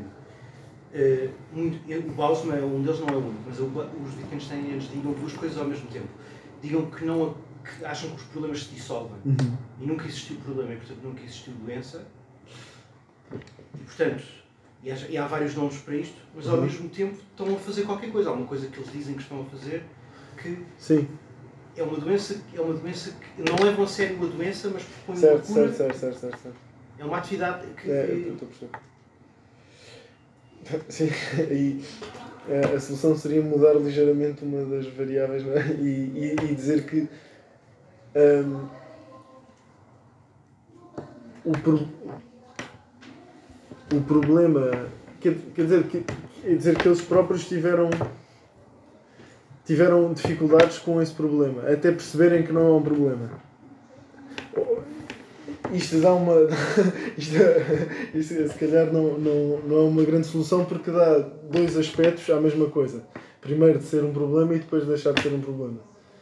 o Bosman, um deles não é o único, mas os Wittgensteinianos digam duas coisas ao mesmo tempo. Digam que acham que os problemas se dissolvem e nunca existiu problema e, portanto, nunca existiu doença. E, portanto, e há vários nomes para isto, mas ao mesmo tempo estão a fazer qualquer coisa. Há uma coisa que eles dizem que estão a fazer que sim. É uma doença que não levam a sério a doença, mas propõem uma cura. Certo. É uma atividade que... eu estou a perceber. Sim, e a solução seria mudar ligeiramente uma das variáveis, não é? E dizer que o problema, quer dizer que eles próprios tiveram dificuldades com esse problema, até perceberem que não é um problema. Isto dá uma... isto se calhar não é uma grande solução, porque dá dois aspectos à mesma coisa. Primeiro de ser um problema e depois de deixar de ser um problema.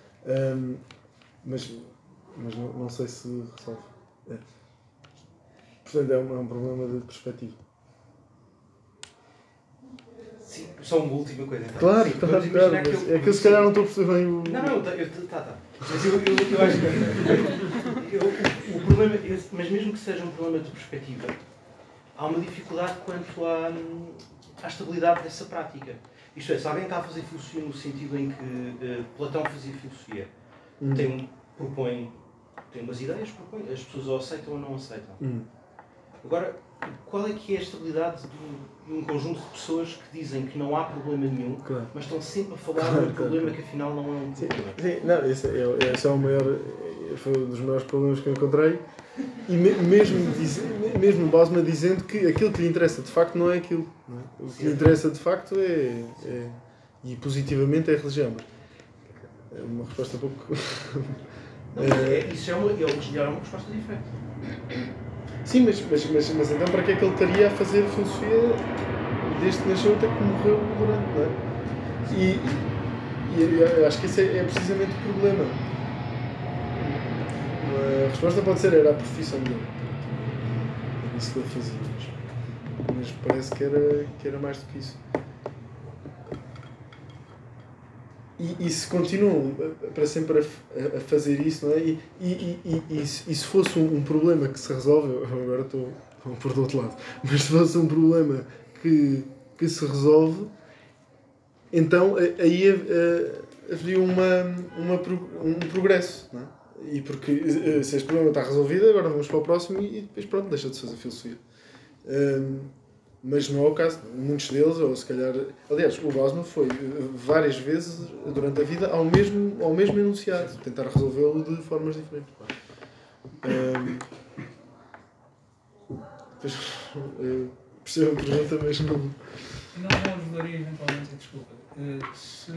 Mas não sei se resolve. Portanto, é um problema de perspectiva. Sim, só uma última coisa. Então. Claro, sim, claro. Mas é que eu se calhar não estou a perceber bem o... Não, tá. Mas eu acho que o problema, mas mesmo que seja um problema de perspectiva, há uma dificuldade quanto à estabilidade dessa prática. Isto é, se alguém está a fazer filosofia no sentido em que Platão fazia filosofia, tem umas ideias, as pessoas ou aceitam ou não aceitam. Agora, qual é que é a estabilidade de um conjunto de pessoas que dizem que não há problema nenhum, claro, mas estão sempre a falar de um problema que afinal não é um problema? Sim, não, esse é o maior, foi um dos maiores problemas que eu encontrei. E mesmo Bosman dizendo que aquilo que lhe interessa de facto não é aquilo. Não é? O que lhe interessa de facto e positivamente é a religião. É uma resposta um pouco... Isso é eles deram uma resposta diferente. Sim, mas então para que é que ele estaria a fazer filosofia desde que nasceu até que morreu durante, não é? E eu acho que esse é precisamente o problema. A resposta pode ser, era a profissão dele. Era isso que ele fazia. Mas parece que era mais do que isso. E se continuam para sempre a fazer isso, não é? E se fosse um problema que se resolve, eu agora estou por do outro lado, mas se fosse um problema que se resolve, então aí haveria um progresso, não é? E porque se este problema está resolvido, agora vamos para o próximo e depois pronto, deixa de se fazer filosofia. Mas não é o caso. Muitos deles, ou se calhar... Aliás, o Bosman foi várias vezes durante a vida ao mesmo enunciado, tentar resolvê-lo de formas diferentes. Percebo a pergunta, mas não... Não ajudaria eventualmente, desculpa, se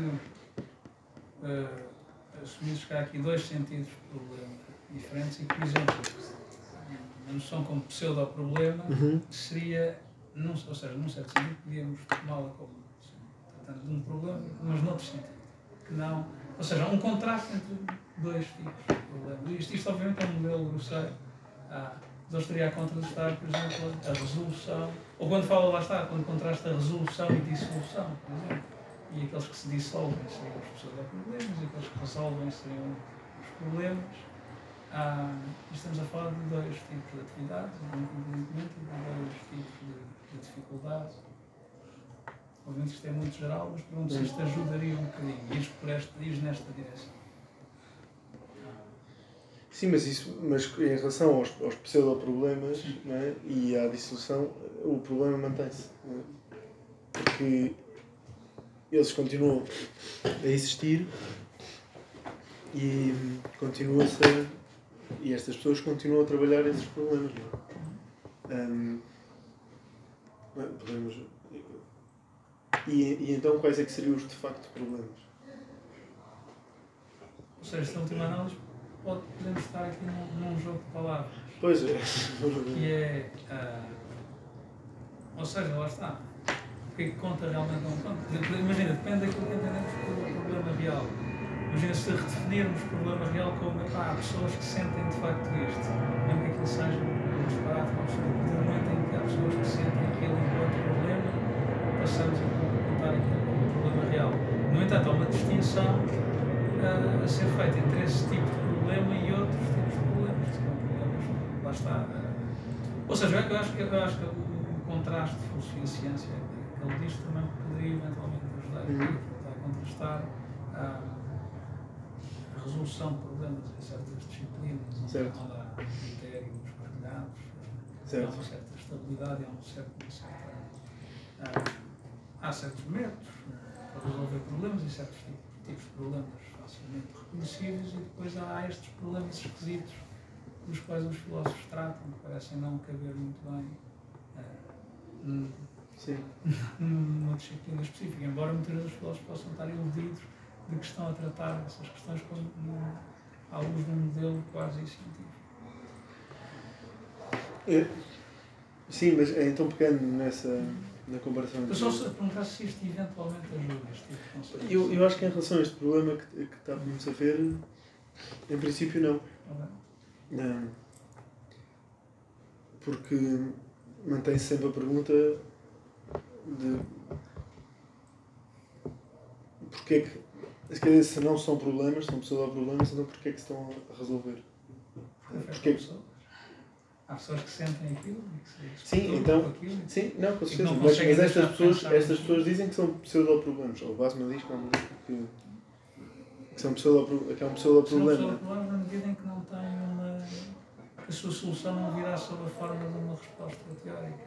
assumisses que há aqui dois sentidos de problema diferentes e, por exemplo, a noção como pseudo-problema seria, ou seja, num certo sentido, podíamos tomá-la como tratando de um problema, mas noutro sentido, que não, ou seja, um contraste entre dois tipos de problema. Isto obviamente é um modelo grosseiro. Eu estaria a contrastar, por exemplo, a resolução, ou quando fala, lá está, quando contrasta a resolução e dissolução, por exemplo, e aqueles que se dissolvem seriam os pseudo-problemas e aqueles que resolvem seriam os problemas. E estamos a falar de dois tipos de atividades, evidentemente, e de dois tipos de dificuldades. Obviamente isto é muito geral, mas pergunto se isto ajudaria um bocadinho, ir nesta direção. Sim, mas em relação aos pseudo-problemas, não é? E à dissolução, o problema mantém-se. Não é? Porque eles continuam a existir e e estas pessoas continuam a trabalhar esses problemas. Não é? Podemos... E então quais é que seriam os de facto problemas? Ou seja, esta última análise podemos estar aqui num jogo de palavras. Pois é. Que é... ou seja, lá está. O que é que conta realmente ou não conta? Imagina, depende daquilo que entendemos por problema real. Imagina se redefinirmos o problema real como há pessoas que sentem de facto isto. Mesmo que aquilo seja um disparate, no momento em que há pessoas que sentem aquilo enquanto problema, passamos a contar aquilo como problema real. No entanto, há uma distinção a ser feita entre esse tipo de problema e outros tipos de problemas. Lá está. Ou seja, eu acho que o contraste de filosofia e ciência que ele diz também poderia eventualmente ajudar a contrastar a resolução de problemas em certas disciplinas, onde há critérios partilhados, há uma certa estabilidade e há certos métodos para resolver problemas e certos tipos de problemas facilmente reconhecíveis, e depois há estes problemas esquisitos dos quais os filósofos tratam, que parecem não caber muito bem numa disciplina específica, embora muitas vezes os filósofos possam estar iludidos de que estão a tratar essas questões à luz de um modelo quase científico. Sim, mas então pegando na comparação... Eu só se perguntar se isto eventualmente ajuda este tipo de conceito. Eu acho que em relação a este problema que estávamos a ver, em princípio não. Não. Porque mantém-se sempre a pergunta de porque é que, se não são problemas, são pseudo-problemas, então porquê é que se estão a resolver? Porque... Há pessoas que sentem aquilo e que se sim, então, aquilo, sim, não, com certeza. Mas estas pessoas dizem que são pseudo-problemas. O Bosman diz que é um pseudo-problema. São pseudo-problemas na medida em que não têm a sua solução não virá sob a forma de uma resposta teórica.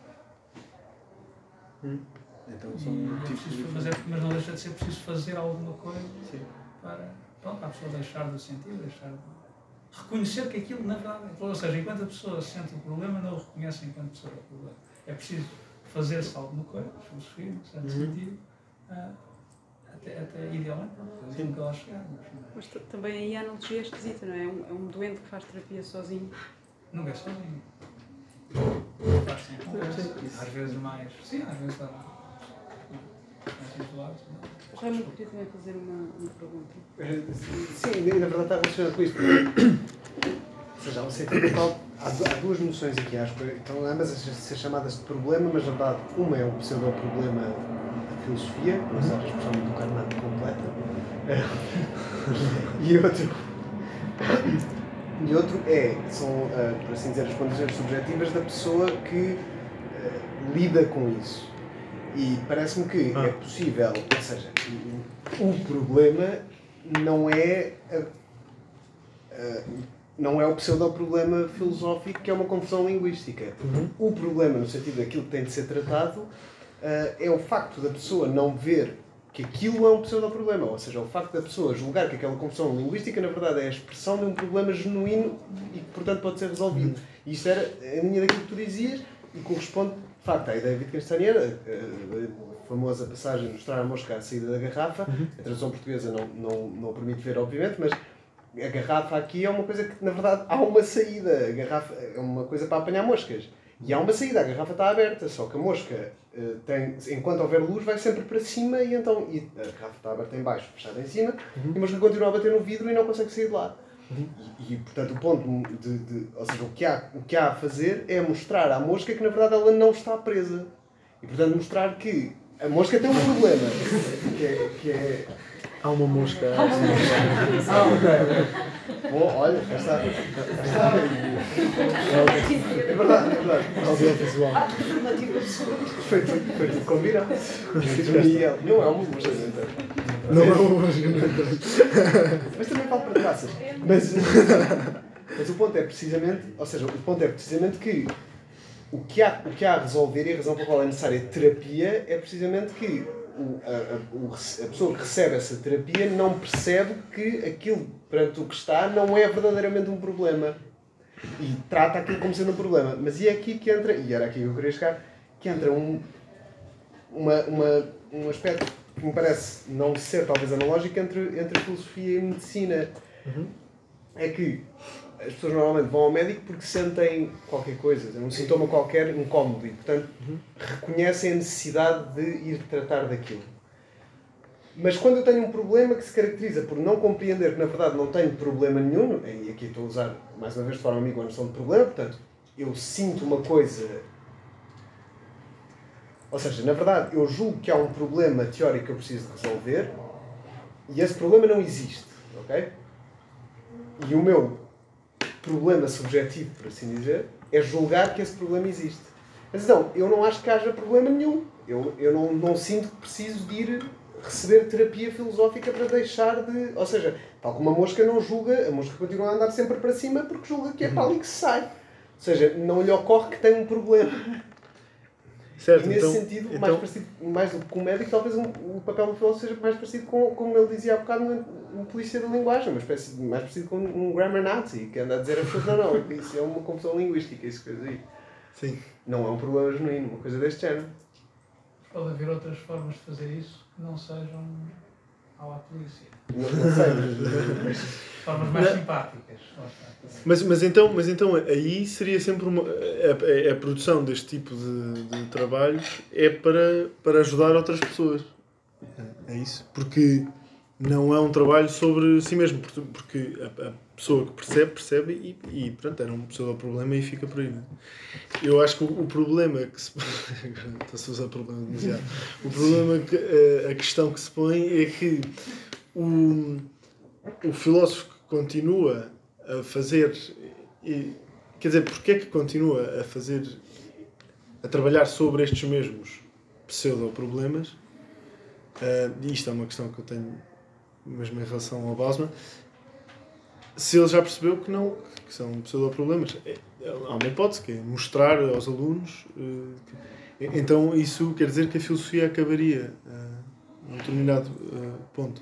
Então são mas não deixa de ser preciso fazer alguma coisa para a pessoa deixar de sentir, deixar de reconhecer que aquilo na verdade é. Ou seja, enquanto a pessoa sente o problema, não o reconhece enquanto pessoa o problema. É preciso fazer-se alguma coisa, filosofia, no certo sentido, até idealmente, sim, que ela chegar. Mas também aí a analogia é esquisita, não é? É um doente que faz terapia sozinho. Nunca é sozinho. Faz sempre conversa. Às vezes mais. Sim, às vezes está mais isolados. O Raimundo queria também fazer uma pergunta. Sim, na verdade está relacionado com isto. Ou seja, há um sentido qual há duas noções aqui, acho que estão ambas a ser chamadas de problema, mas na verdade uma é um pseudo-problema da filosofia, vou usar a expressão do Carnot completa, e outro são, por assim dizer, as condições subjetivas da pessoa que lida com isso. E parece-me que é possível, ou seja, o problema não é o pseudo-problema filosófico, que é uma confusão linguística. O problema, no sentido daquilo que tem de ser tratado, é o facto da pessoa não ver que aquilo é um pseudo-problema. Ou seja, o facto da pessoa julgar que aquela confusão linguística, na verdade, é a expressão de um problema genuíno e que, portanto, pode ser resolvido. E isto era a linha daquilo que tu dizias e corresponde, de facto, à ideia wittgensteiniana, a famosa passagem de mostrar a mosca à saída da garrafa. A tradução portuguesa não permite ver, obviamente, mas a garrafa aqui é uma coisa que, na verdade, há uma saída. A garrafa é uma coisa para apanhar moscas. E há uma saída, a garrafa está aberta, só que a mosca enquanto houver luz, vai sempre para cima e a garrafa está aberta em baixo, fechada em cima, e a mosca continua a bater no vidro e não consegue sair de lá. E portanto, o ponto ou seja, o que há a fazer é mostrar à mosca que, na verdade, ela não está presa. E, portanto, mostrar que a mosca tem um problema, que é... Há uma mosca. Bom, olha, já está. É verdade. Audiovisual. Foi tudo combinado. Não é uma mosca. Não é uma mosca. Mas também vale para traças. Mas o ponto é precisamente, que o que há a resolver, e a razão pela qual é necessária terapia, é precisamente que a pessoa que recebe essa terapia não percebe que aquilo perante o que está não é verdadeiramente um problema e trata aquilo como sendo um problema. Mas é aqui que entra, e era aqui que eu queria chegar, que entra um aspecto que me parece não ser talvez analógico entre filosofia e medicina. É que as pessoas normalmente vão ao médico porque sentem qualquer coisa, um sintoma qualquer incómodo e, portanto, reconhecem a necessidade de ir tratar daquilo. Mas quando eu tenho um problema que se caracteriza por não compreender que, na verdade, não tenho problema nenhum, e aqui estou a usar, mais uma vez, de forma amiga a noção de problema, portanto, eu sinto uma coisa... Ou seja, na verdade, eu julgo que há um problema teórico que eu preciso de resolver e esse problema não existe, ok? E o meu problema subjetivo, por assim dizer, é julgar que esse problema existe. Mas então, eu não acho que haja problema nenhum. Eu não sinto que preciso de ir receber terapia filosófica para deixar de... Ou seja, tal como a mosca não julga, a mosca continua a andar sempre para cima porque julga que é para ali que se sai. Ou seja, não lhe ocorre que tem um problema. Certo, e nesse sentido, mais do que um médico, talvez o papel do filósofo seja mais parecido com, como ele dizia há bocado, um polícia da linguagem, uma espécie mais parecido com um grammar nazi, que anda a dizer a pessoas, não, isso é uma confusão linguística, isso coisa aí. Sim. Não é um problema genuíno, uma coisa deste género. Pode haver outras formas de fazer isso que não sejam à polícia. Não sei, mas... Formas mais simpáticas. Mas então aí seria sempre a produção deste tipo de trabalhos é para ajudar outras pessoas. É isso. Porque não é um trabalho sobre si mesmo. Porque a pessoa que percebe e pronto, era um pseudo-problema e fica por aí. Né? Eu acho que o problema que se... Estou a usar problema demasiado. O problema, a questão que se põe é que o filósofo que continua a fazer... Quer dizer, porque é que continua a trabalhar sobre estes mesmos pseudo-problemas? E isto é uma questão que eu tenho mesmo em relação ao Bosman. Se ele já percebeu que são pseudo-problemas, há uma hipótese, que é mostrar aos alunos. Então isso quer dizer que a filosofia acabaria a um determinado ponto.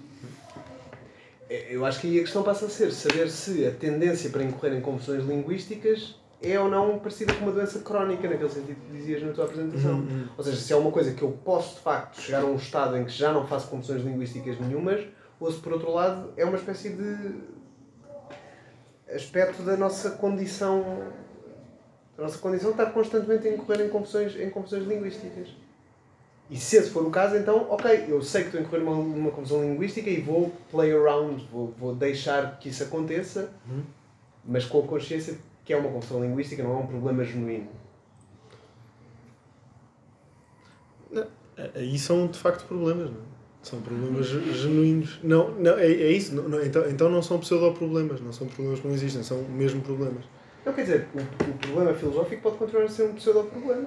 Eu acho que aí a questão passa a ser saber se a tendência para incorrer em confusões linguísticas é ou não parecida com uma doença crónica, naquele sentido que dizias na tua apresentação. Ou seja, se é uma coisa que eu posso, de facto, chegar a um estado em que já não faço confusões linguísticas nenhumas, ou se, por outro lado, é uma espécie de aspecto da nossa condição estar constantemente a incorrer em confusões linguísticas. E se esse for o caso, então, ok, eu sei que estou a incorrer numa confusão linguística e vou play around, vou deixar que isso aconteça, mas com a consciência que é uma confusão linguística, não é um problema genuíno. Aí são de facto problemas, não é? São problemas genuínos. Não, é isso. Então não são pseudo-problemas, não são problemas que não existem, são mesmo problemas. Não, quer dizer, o problema filosófico pode continuar a ser um pseudo-problema.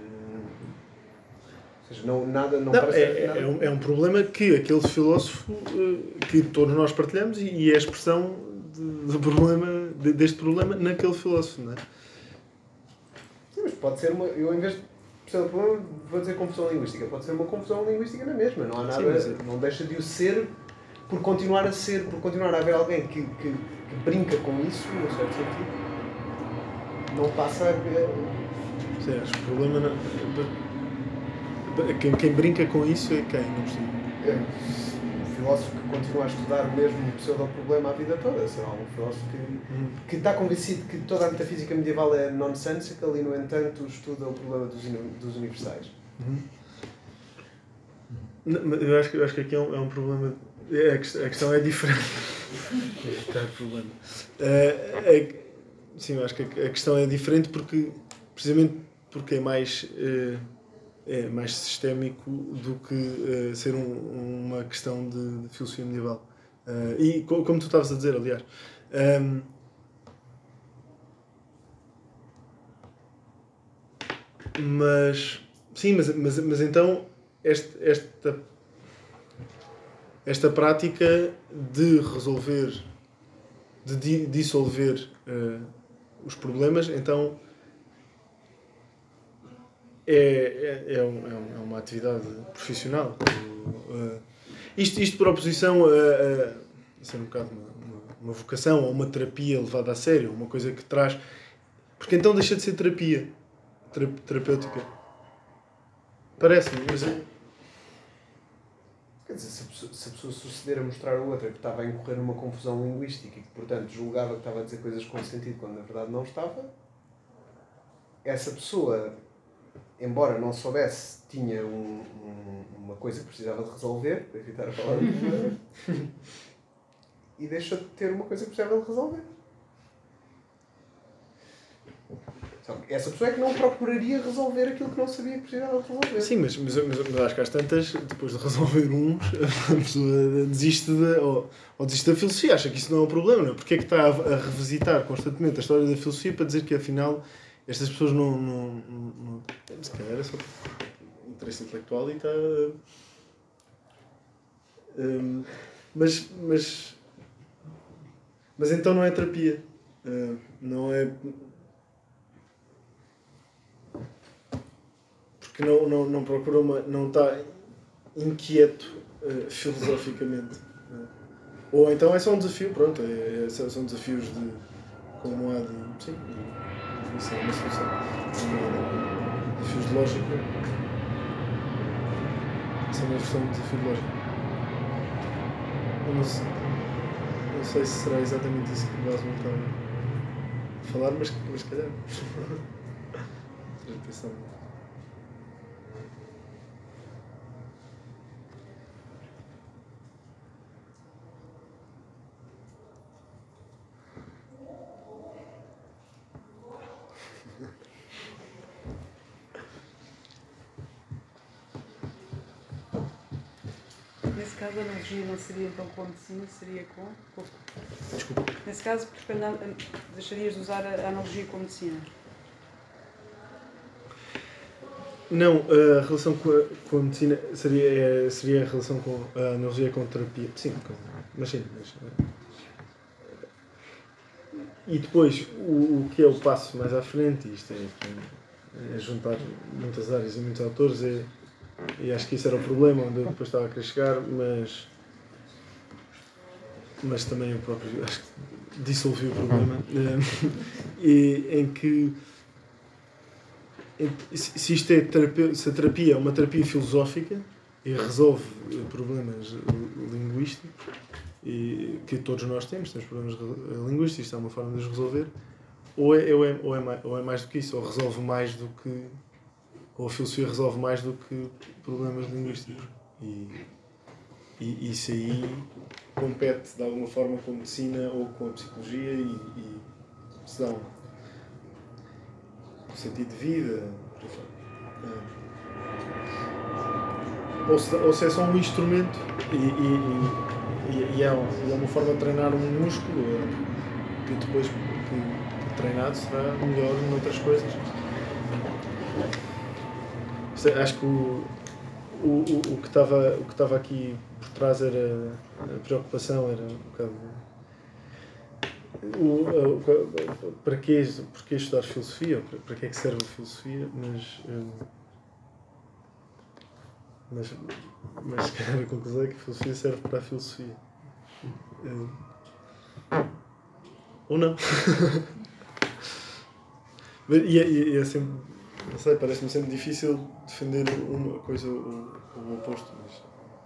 Ou seja, é um problema que aquele filósofo, que todos nós partilhamos, e é a expressão deste problema naquele filósofo, não é? Sim, mas pode ser eu em vez de pseudo-problema vou dizer confusão linguística, pode ser uma confusão linguística na mesma, não há nada, sim, não deixa de o ser por continuar a haver alguém que brinca com isso, no certo sentido, não passa a... Sim, acho que o problema não... Quem brinca com isso é quem, não percebo. Um filósofo que continua a estudar o mesmo pseudo-problema a vida toda, será um filósofo que está convencido que toda a metafísica medieval é nonsensical e, no entanto, estuda o problema dos universais. Eu acho que aqui é um problema. A questão é diferente. Está o problema. Sim, eu acho que a questão é diferente precisamente porque é mais sistémico do que ser uma questão de filosofia medieval. E como tu estavas a dizer, aliás, mas então esta prática de resolver, de dissolver os problemas, então é uma atividade profissional. Isto por oposição a ser um bocado uma vocação ou uma terapia levada a sério, uma coisa que traz... Porque então deixa de ser terapêutica. Parece-me, mas... Quer dizer, se a pessoa suceder a mostrar a outra que estava a incorrer numa confusão linguística e que, portanto, julgava que estava a dizer coisas com sentido quando na verdade não estava, essa pessoa, embora não soubesse, tinha uma coisa que precisava de resolver, para evitar a palavra problema, e deixou de ter uma coisa que precisava de resolver. Essa pessoa é que não procuraria resolver aquilo que não sabia que precisava de resolver. Sim, mas acho que às tantas, depois de resolver uns, a pessoa desiste ou desiste da filosofia, acha que isso não é um problema, não é? Porque é que está a revisitar constantemente a história da filosofia para dizer que afinal estas pessoas não se calhar é só interesse intelectual e está... Mas então não é terapia. Não é... Porque não procura não está inquieto filosoficamente. Ou então é só um desafio, pronto, são desafios como há de... Sim, isso é uma solução. Desafios de lógica. Isso é uma versão de desafio de lógica. Eu não sei se será exatamente isso que o Basman está a falar, mas calhar. Estou pensando. Nesse caso, a analogia não seria então com a medicina, seria com... Desculpa. Nesse caso, deixarias de usar a analogia com a medicina? Não, a relação com a medicina seria a relação com a analogia com a terapia. Sim, mas sim. E depois, o que é o passo mais à frente, isto é juntar muitas áreas e muitos autores, e acho que isso era o problema onde eu depois estava a querer chegar, mas mas também eu próprio acho que dissolvi o problema, e em que se isto é se a terapia é uma terapia filosófica e resolve problemas linguísticos, e que todos nós temos problemas linguísticos, isto é uma forma de os resolver, ou é mais do que isso, ou resolve mais do que, ou a filosofia resolve mais do que problemas linguísticos, e isso aí compete de alguma forma com a medicina ou com a psicologia, e se dá um sentido de vida, ou se é só um instrumento e é uma forma de treinar um músculo que depois que treinado será melhor noutras coisas. Acho que o que estava aqui por trás era a preocupação, era um bocado porquê estudar filosofia, para que é que serve a filosofia, mas se calhar a conclusão é que a filosofia serve para a filosofia. Ou não. E é sempre, não sei, parece-me sempre difícil defender uma coisa ou o oposto. Mas...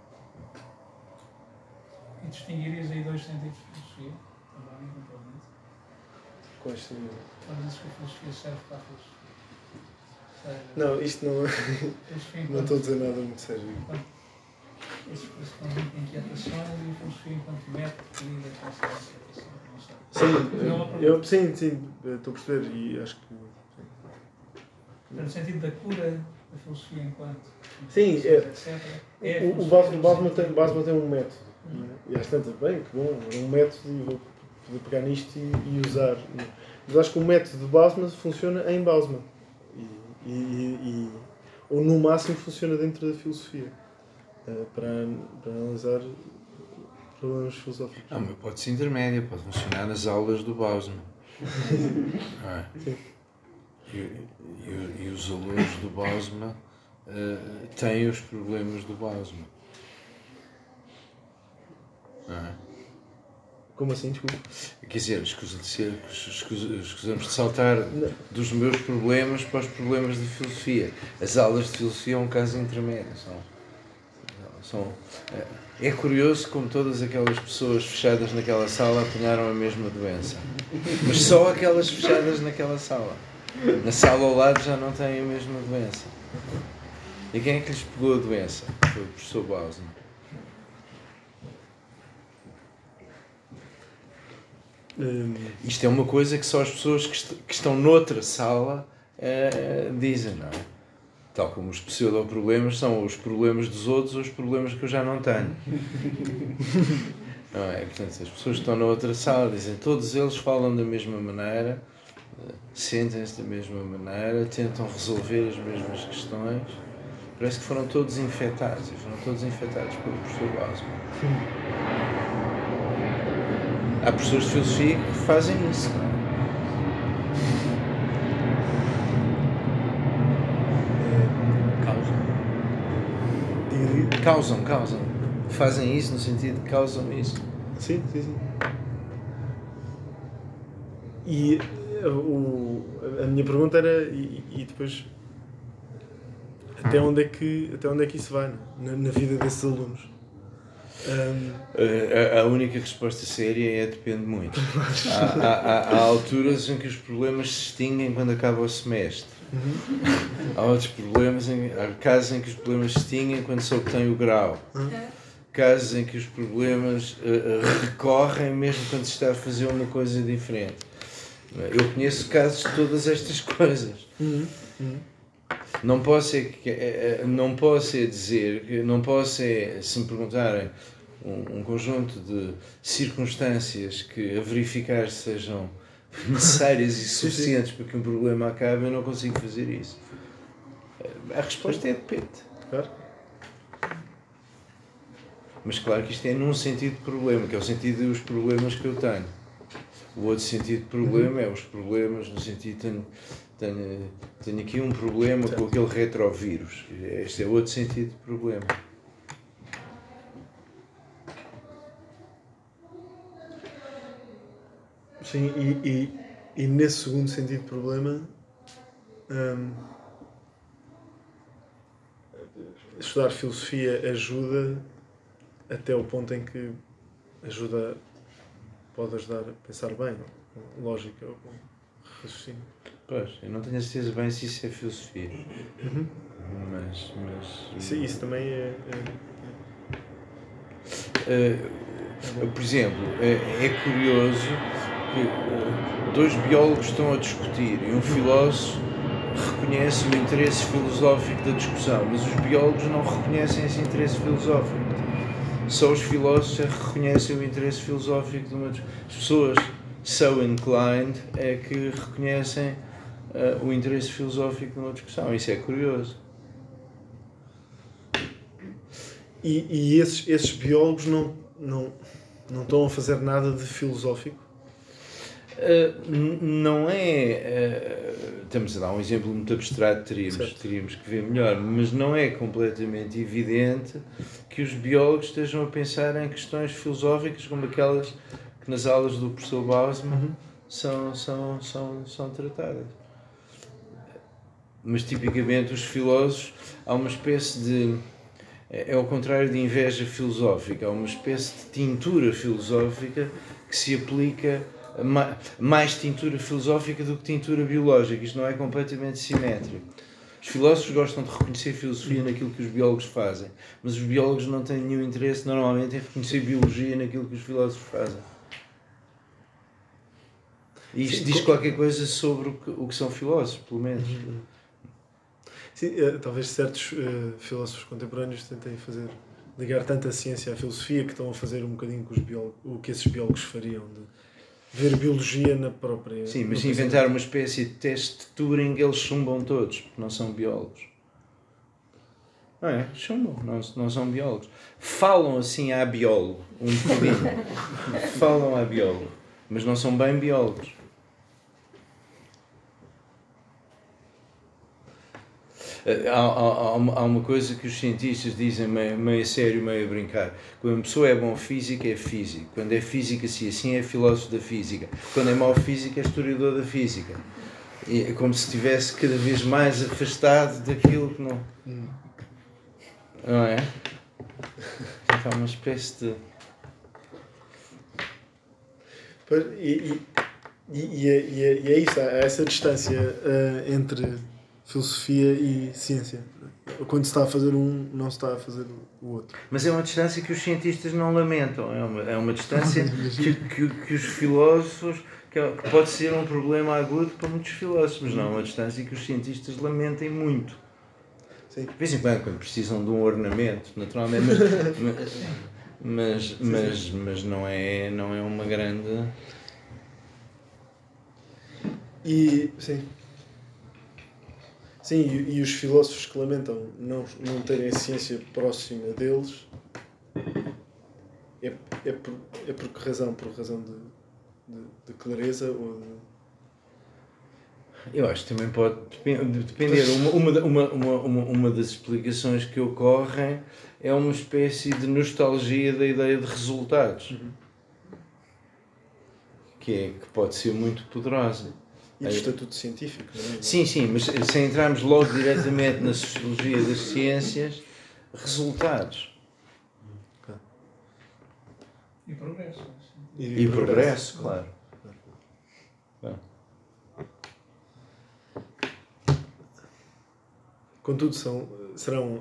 E distinguirias aí dois sentidos de filosofia, também, eventualmente? Quais seriam? Quando dizes que a filosofia serve para a filosofia. Não, isto não... não estou a dizer nada muito sério. Esse conjunto de inquietações e a filosofia enquanto método que lida com essa inquietação, não sei. Sim, estou a perceber e acho que... No sentido da cura da filosofia enquanto... Sim, o Basma tem um método. E às tantas, bem, que bom, é um método e vou poder pegar nisto e usar. Mas acho que o método de Basma funciona em Basma. Ou no máximo funciona dentro da filosofia. Para analisar problemas filosóficos. Uma hipótese intermédia, pode funcionar nas aulas do Basma. E os alunos do Basma têm os problemas do Basma. Como assim, desculpa? Quer dizer, escusamos de saltar dos meus problemas para os problemas de filosofia. As aulas de filosofia é um caso intermédio. É curioso como todas aquelas pessoas fechadas naquela sala apanharam a mesma doença. Mas só aquelas fechadas naquela sala. Na sala ao lado já não têm a mesma doença. E quem é que lhes pegou a doença? Foi o professor Basma. Isto é uma coisa que só as pessoas que estão noutra sala dizem, não é? Tal como os pseudo-problemas são os problemas dos outros ou os problemas que eu já não tenho. Não é? Portanto, as pessoas que estão na outra sala dizem, todos eles falam da mesma maneira, sentem-se da mesma maneira, tentam resolver as mesmas questões. Parece que foram todos infectados, e foram todos infectados pelo professor Basma. Há professores de filosofia que fazem isso, não é? Causam. Fazem isso no sentido de causam isso. Sim. E a minha pergunta era, e depois, até onde é que isso vai na vida desses alunos? A única resposta séria é depende muito. Há alturas em que os problemas se extinguem quando acaba o semestre. Há outros problemas, há casos em que os problemas se extinguem quando se obtém o grau. Casos em que os problemas recorrem mesmo quando se está a fazer uma coisa diferente. Eu conheço casos de todas estas coisas. Não posso dizer, se me perguntarem um conjunto de circunstâncias que a verificar sejam necessárias e suficientes para que um problema acabe, eu não consigo fazer isso. A resposta é depende. Claro. Mas claro que isto é num sentido de problema, que é o sentido dos problemas que eu tenho. O outro sentido de problema é os problemas no sentido tenho aqui um problema com aquele retrovírus. Este é outro sentido de problema. Sim, e nesse segundo sentido de problema, estudar filosofia ajuda até o ponto em que pode ajudar a pensar bem, com lógica ou com raciocínio. Pois, eu não tenho a certeza bem se isso é filosofia. Mas Isso também por exemplo, é curioso que dois biólogos estão a discutir e um filósofo reconhece o interesse filosófico da discussão, mas os biólogos não reconhecem esse interesse filosófico. Só os filósofos é que reconhecem o interesse filosófico de uma discussão. As pessoas so inclined é que reconhecem o interesse filosófico de uma discussão. Isso é curioso. E esses biólogos não estão a fazer nada de filosófico? Não é. Estamos a dar um exemplo muito abstrato, teríamos que ver melhor, mas não é completamente evidente que os biólogos estejam a pensar em questões filosóficas como aquelas que nas aulas do professor Bausman são tratadas. Mas tipicamente os filósofos, há uma espécie de. É ao contrário de inveja filosófica, há uma espécie de tintura filosófica que se aplica, mais tintura filosófica do que tintura biológica. Isto não é completamente simétrico. Os filósofos gostam de reconhecer filosofia naquilo que os biólogos fazem, mas os biólogos não têm nenhum interesse normalmente em reconhecer biologia naquilo que os filósofos fazem. E isto diz qualquer coisa sobre o que são filósofos, pelo menos. Sim, talvez certos filósofos contemporâneos tentem ligar tanto a ciência à filosofia que estão a fazer um bocadinho o que esses biólogos fariam, de ver biologia na própria... Sim, mas se inventar uma espécie de teste de Turing, eles chumbam todos, porque não são biólogos. Não é? Chumbam, não são biólogos. Falam assim a biólogo, um bocadinho. Falam a biólogo, mas não são bem biólogos. Há uma coisa que os cientistas dizem meio a sério, meio a brincar. Quando uma pessoa é bom físico, é físico. Quando é física, se assim é filósofo da física. Quando é mau físico, é historiador da física. E é como se estivesse cada vez mais afastado daquilo que não... Não é? Então há uma espécie de... E é isso, há essa distância entre filosofia e ciência. Quando se está a fazer um, não se está a fazer o outro. Mas é uma distância que os cientistas não lamentam. É uma distância que os filósofos... que pode ser um problema agudo para muitos filósofos, mas não é uma distância que os cientistas lamentem muito. Sim. De vez em quando precisam de um ornamento, naturalmente, mas não é uma grande... Sim, e os filósofos que lamentam não terem a ciência próxima deles é por que razão? Por razão de clareza ou de... Eu acho que também pode depender. Uma das explicações que ocorrem é uma espécie de nostalgia da ideia de resultados, que pode ser muito poderosa. E do estatuto científico, não é? Sim, mas sem entrarmos logo diretamente na sociologia das ciências, resultados. E progresso. E progresso, claro. Contudo, serão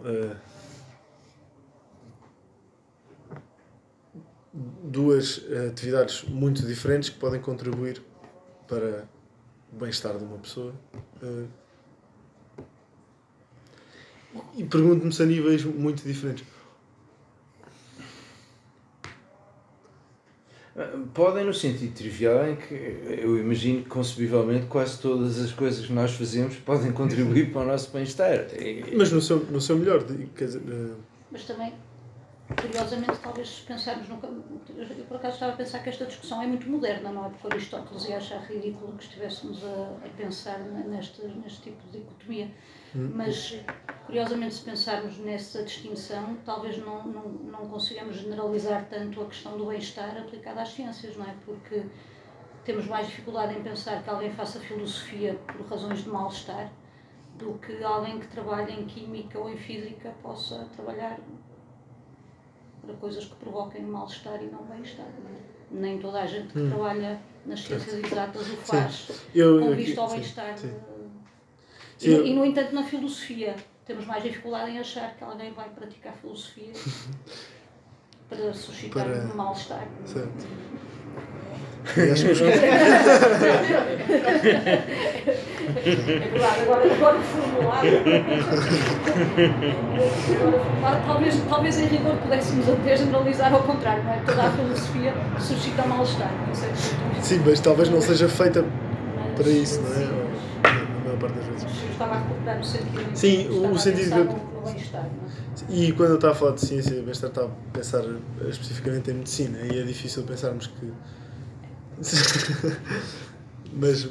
duas atividades muito diferentes que podem contribuir para o bem-estar de uma pessoa. E pergunto-me se a níveis muito diferentes. Podem no sentido trivial em que eu imagino que concebivelmente quase todas as coisas que nós fazemos podem contribuir para o nosso bem-estar. Mas no seu melhor, quer dizer... Mas também, curiosamente, talvez se pensarmos eu por acaso estava a pensar que esta discussão é muito moderna, não é? Porque Aristóteles ia achar ridículo que estivéssemos a pensar neste tipo de dicotomia. Mas, curiosamente, se pensarmos nessa distinção, talvez não consigamos generalizar tanto a questão do bem-estar aplicada às ciências, não é? Porque temos mais dificuldade em pensar que alguém faça filosofia por razões de mal-estar do que alguém que trabalha em química ou em física possa trabalhar para coisas que provoquem mal-estar e não bem-estar. Não é? Nem toda a gente que trabalha nas ciências exatas o faz com vista ao bem-estar. E, no entanto, na filosofia, temos mais dificuldade em achar que alguém vai praticar filosofia para suscitar mal-estar. Certo. É verdade, agora formulado, talvez em rigor pudéssemos até generalizar ao contrário, não é? Toda a filosofia suscita mal-estar. Sim, mas talvez não seja feita para isso, não é? Na maior parte das vezes. Eu estava a recuperar o sentido. Sim, o sentido no bem-estar. E quando eu estava a falar de ciência e bem-estar, estava a pensar especificamente em medicina, e é difícil pensarmos que. Mas.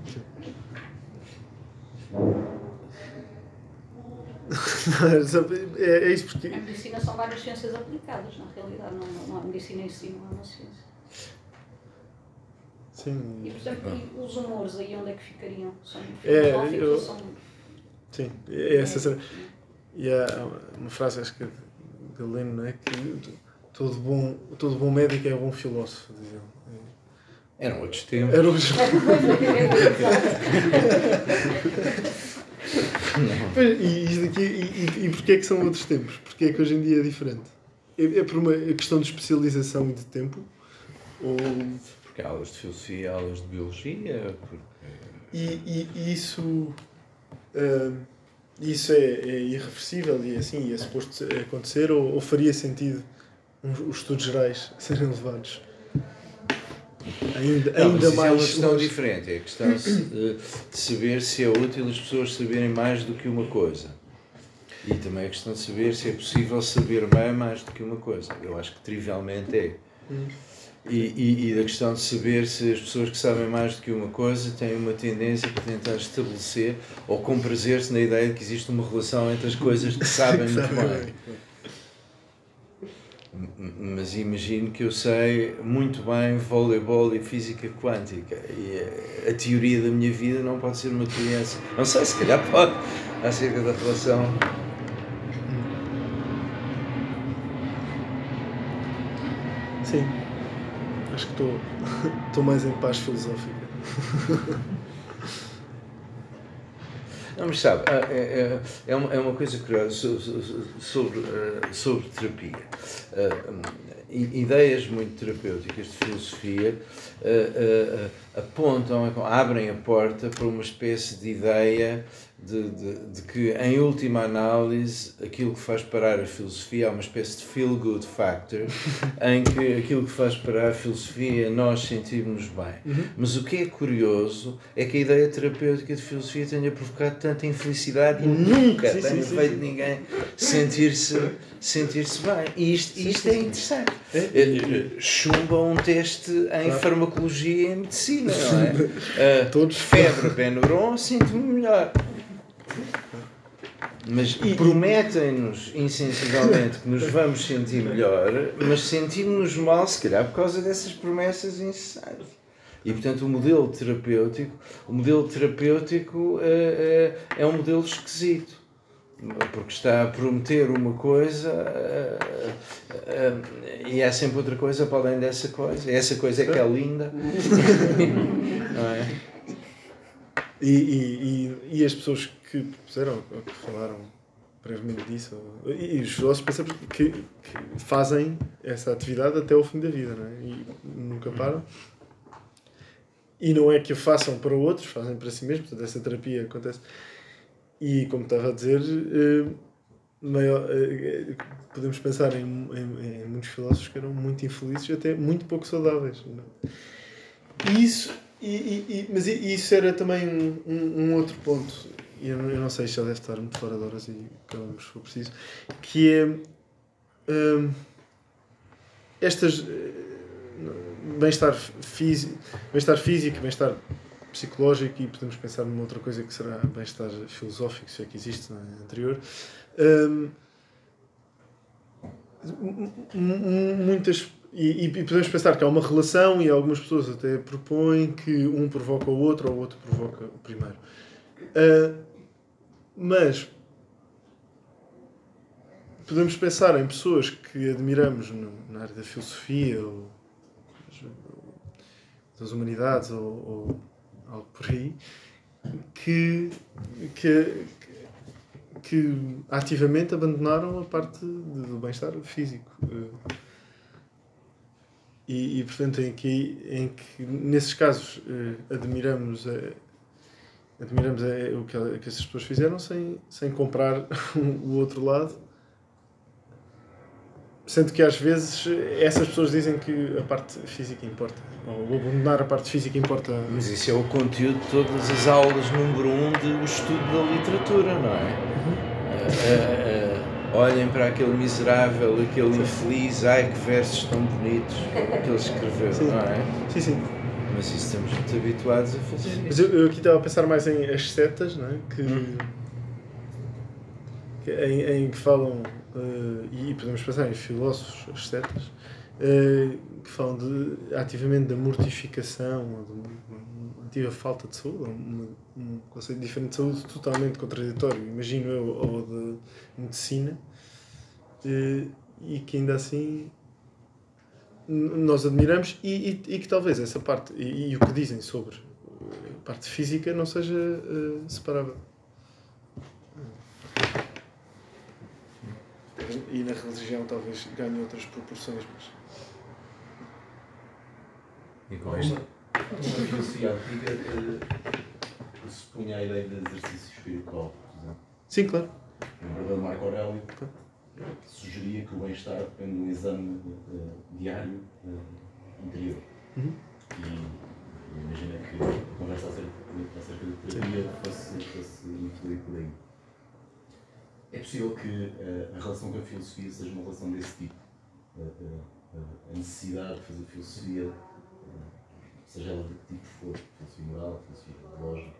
É isso porque. A medicina são várias ciências aplicadas, na realidade, não a medicina em si, não é uma ciência. Sim. E, por exemplo, os humores aí onde é que ficariam? São filosóficos? Sim, é essa. E há uma frase, acho que é de Leno, não é? Que todo bom médico é bom filósofo, dizia ele. Eram outros tempos. E porquê é que são outros tempos? Porquê é que hoje em dia é diferente? É por uma questão de especialização e de tempo? Ou... Porque há aulas de filosofia, aulas de biologia. Porque... E isso é irreversível e assim é suposto acontecer? Ou faria sentido os estudos gerais serem levados? Ainda mais. É uma questão diferente, é a questão de saber se é útil as pessoas saberem mais do que uma coisa. E também a questão de saber se é possível saber bem mais do que uma coisa. Eu acho que trivialmente é. E da questão de saber se as pessoas que sabem mais do que uma coisa têm uma tendência para tentar estabelecer ou comprazer-se na ideia de que existe uma relação entre as coisas que sabem muito bem. Mas imagino que eu sei muito bem voleibol e física quântica e a teoria da minha vida não pode ser uma criança, não sei, se calhar pode, acerca da relação. Sim, acho que estou mais em paz filosófica. Não, mas sabe, é uma coisa curiosa sobre terapia. Ideias muito terapêuticas de filosofia abrem a porta para uma espécie de ideia de que, em última análise, aquilo que faz parar a filosofia é uma espécie de feel-good factor, em que aquilo que faz parar a filosofia é nós sentirmos bem. Mas o que é curioso é que a ideia terapêutica de filosofia tenha provocado tanta infelicidade e nunca tenha feito ninguém sentir-se bem. E isto é interessante. Chumba um teste em farmacologia e em medicina, não é? Febre, Benuron, sinto-me melhor. Mas prometem-nos insensivelmente que nos vamos sentir melhor, mas sentimos-nos mal, se calhar, por causa dessas promessas incessantes. E, portanto, o modelo terapêutico é um modelo esquisito, porque está a prometer uma coisa e há sempre outra coisa para além dessa coisa. E essa coisa é que é linda. Não é? E as pessoas que propuseram, que falaram brevemente disso, e os filósofos pensamos que fazem essa atividade até ao fim da vida, não é? E nunca param. E não é que a façam para outros, fazem para si mesmos, portanto essa terapia acontece. E como estava a dizer, podemos pensar em muitos filósofos que eram muito infelizes e até muito pouco saudáveis. Mas isso era também um outro ponto, e eu não sei se já deve estar muito fora de horas e acabamos se for preciso, que é estas bem-estar físico, bem-estar psicológico, e podemos pensar numa outra coisa que será bem-estar filosófico, se é que existe no anterior. Muitas E podemos pensar que há uma relação e algumas pessoas até propõem que um provoca o outro ou o outro provoca o primeiro. Mas podemos pensar em pessoas que admiramos na área da filosofia ou das humanidades ou algo por aí, que ativamente abandonaram a parte do bem-estar físico. E portanto, em que nesses casos admiramos o que essas pessoas fizeram sem comprar o outro lado, sendo que às vezes essas pessoas dizem que a parte física importa, ou abandonar a parte física importa. Mas isso é o conteúdo de todas as aulas número 1 do estudo da literatura, não é? Olhem para aquele miserável, aquele infeliz, ai que versos tão bonitos que ele escreveu, sim. Não é? Sim. Mas isso estamos muito habituados a fazer. Mas eu aqui estava a pensar mais em ascetas, não é? Em que falam, e podemos pensar em filósofos ascetas, que falam ativamente da mortificação, ou de uma ativa falta de saúde, um conceito diferente de saúde totalmente contraditório, imagino eu, ou de medicina, e que ainda assim nós admiramos, e que talvez essa parte, e o que dizem sobre a parte física não seja separável. E na religião talvez ganhe outras proporções, mas... E com esta filosofia antiga pressupunha a ideia de exercício espiritual, por exemplo. Sim, claro. O emperador Marco Aurélio sugeria que o bem-estar depende de um exame diário interior. E imagina que a conversa acerca de terapia fosse influir por aí. É possível que a relação com a filosofia seja uma relação desse tipo. A necessidade de fazer filosofia, seja ela de que tipo for, filosofia moral, filosofia teológica,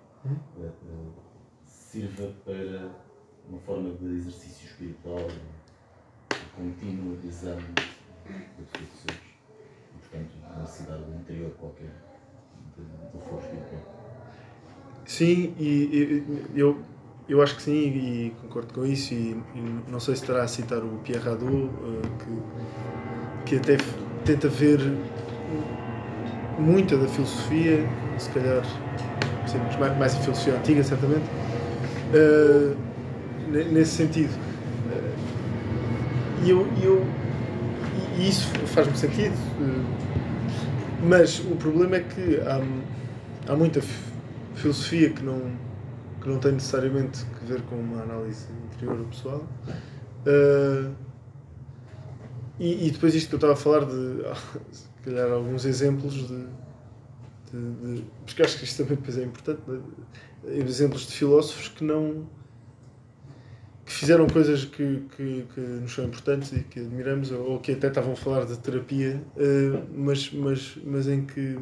sirva para uma forma de exercício espiritual, de contínuo exame da pessoa que somos. E, portanto, a necessidade de um interior qualquer, do foro espiritual. Sim, e eu acho que sim, e concordo com isso, e não sei se estará a citar o Pierre Hadot, que até tenta ver muita da filosofia, se calhar, sim, mais a filosofia antiga, certamente, nesse sentido. E isso faz-me sentido, mas o problema é que há muita filosofia que não tem necessariamente que ver com uma análise interior ou pessoal. E depois isto que eu estava a falar se calhar alguns exemplos porque acho que isto também depois é importante, exemplos de filósofos que fizeram coisas que nos são importantes e que admiramos, ou que até estavam a falar de terapia, mas em que,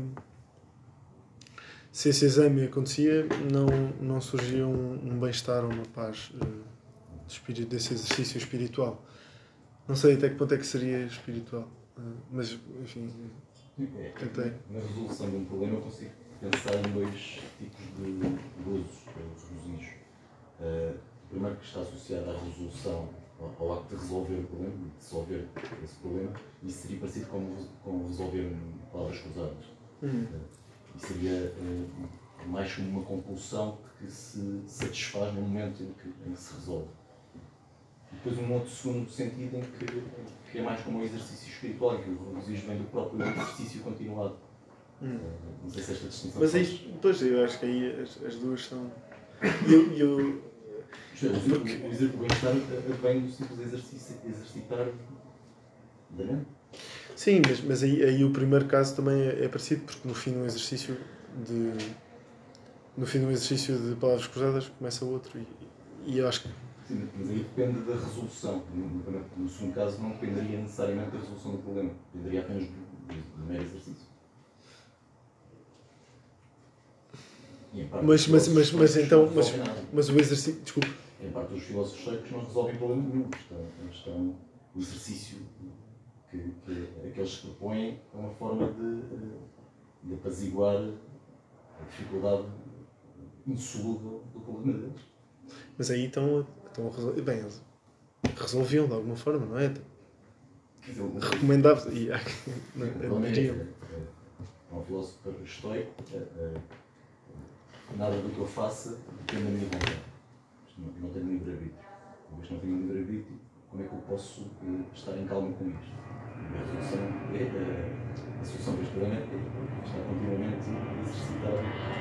se esse exame acontecia, não surgia um bem-estar ou uma paz desse exercício espiritual. Não sei até que ponto é que seria espiritual, mas enfim, tentei. Na resolução de um problema eu consigo pensar em dois tipos de gozos, os gozijos. O primeiro que está associado à resolução, ao acto de resolver o problema, de dissolver esse problema, isso seria parecido com resolver palavras cruzadas. E seria mais como uma compulsão que se satisfaz no momento em que se resolve. E depois um outro segundo sentido em que é mais como um exercício espiritual, em que o regozijo vem do próprio exercício continuado. Não sei se esta distinção... Mas aí, pois, eu acho que aí as duas são... O bem-estar vem do simples exercitar da mente. Sim, mas aí o primeiro caso também é parecido, porque no fim de um exercício de palavras cruzadas começa outro, e eu acho que... Sim, mas aí depende da resolução. No segundo caso não dependeria necessariamente da resolução do problema, dependeria apenas do mero exercício. Mas o exercício, desculpa. Em parte dos filósofos secos não resolvem problema nenhum, o exercício que aqueles que propõem é uma forma de apaziguar a dificuldade insolúvel do problema deles. Mas aí então bem, eles resolviam de alguma forma, não é? Recomendava-se. Um filósofo estoico, nada do que eu faça depende da minha vontade. Não tenho livre-arbítrio. Uma vez que não tenho livre-arbítrio, como é que eu posso estar em calma com isto? A solução deste problema é estar continuamente exercitado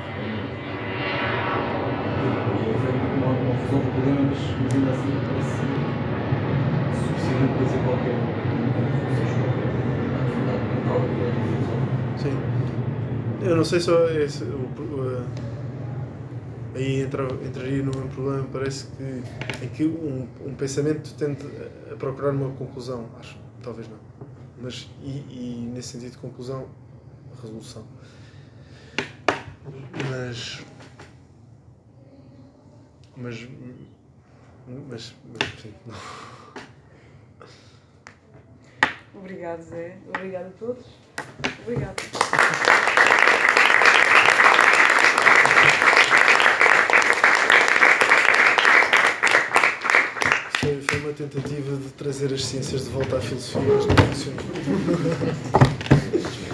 e é efetivamente uma resolve o problema, mas ainda assim parece suficiente para dizer qualquer atividade mental que é resolve. Sim. Eu não sei só aí entraria num problema, parece que em que um pensamento tende a procurar uma conclusão, acho, talvez não, mas e nesse sentido de conclusão, resolução, mas sim, não. Obrigado, Zé. Obrigado a todos. Obrigado. Foi uma tentativa de trazer as ciências de volta à filosofia, mas não funcionou.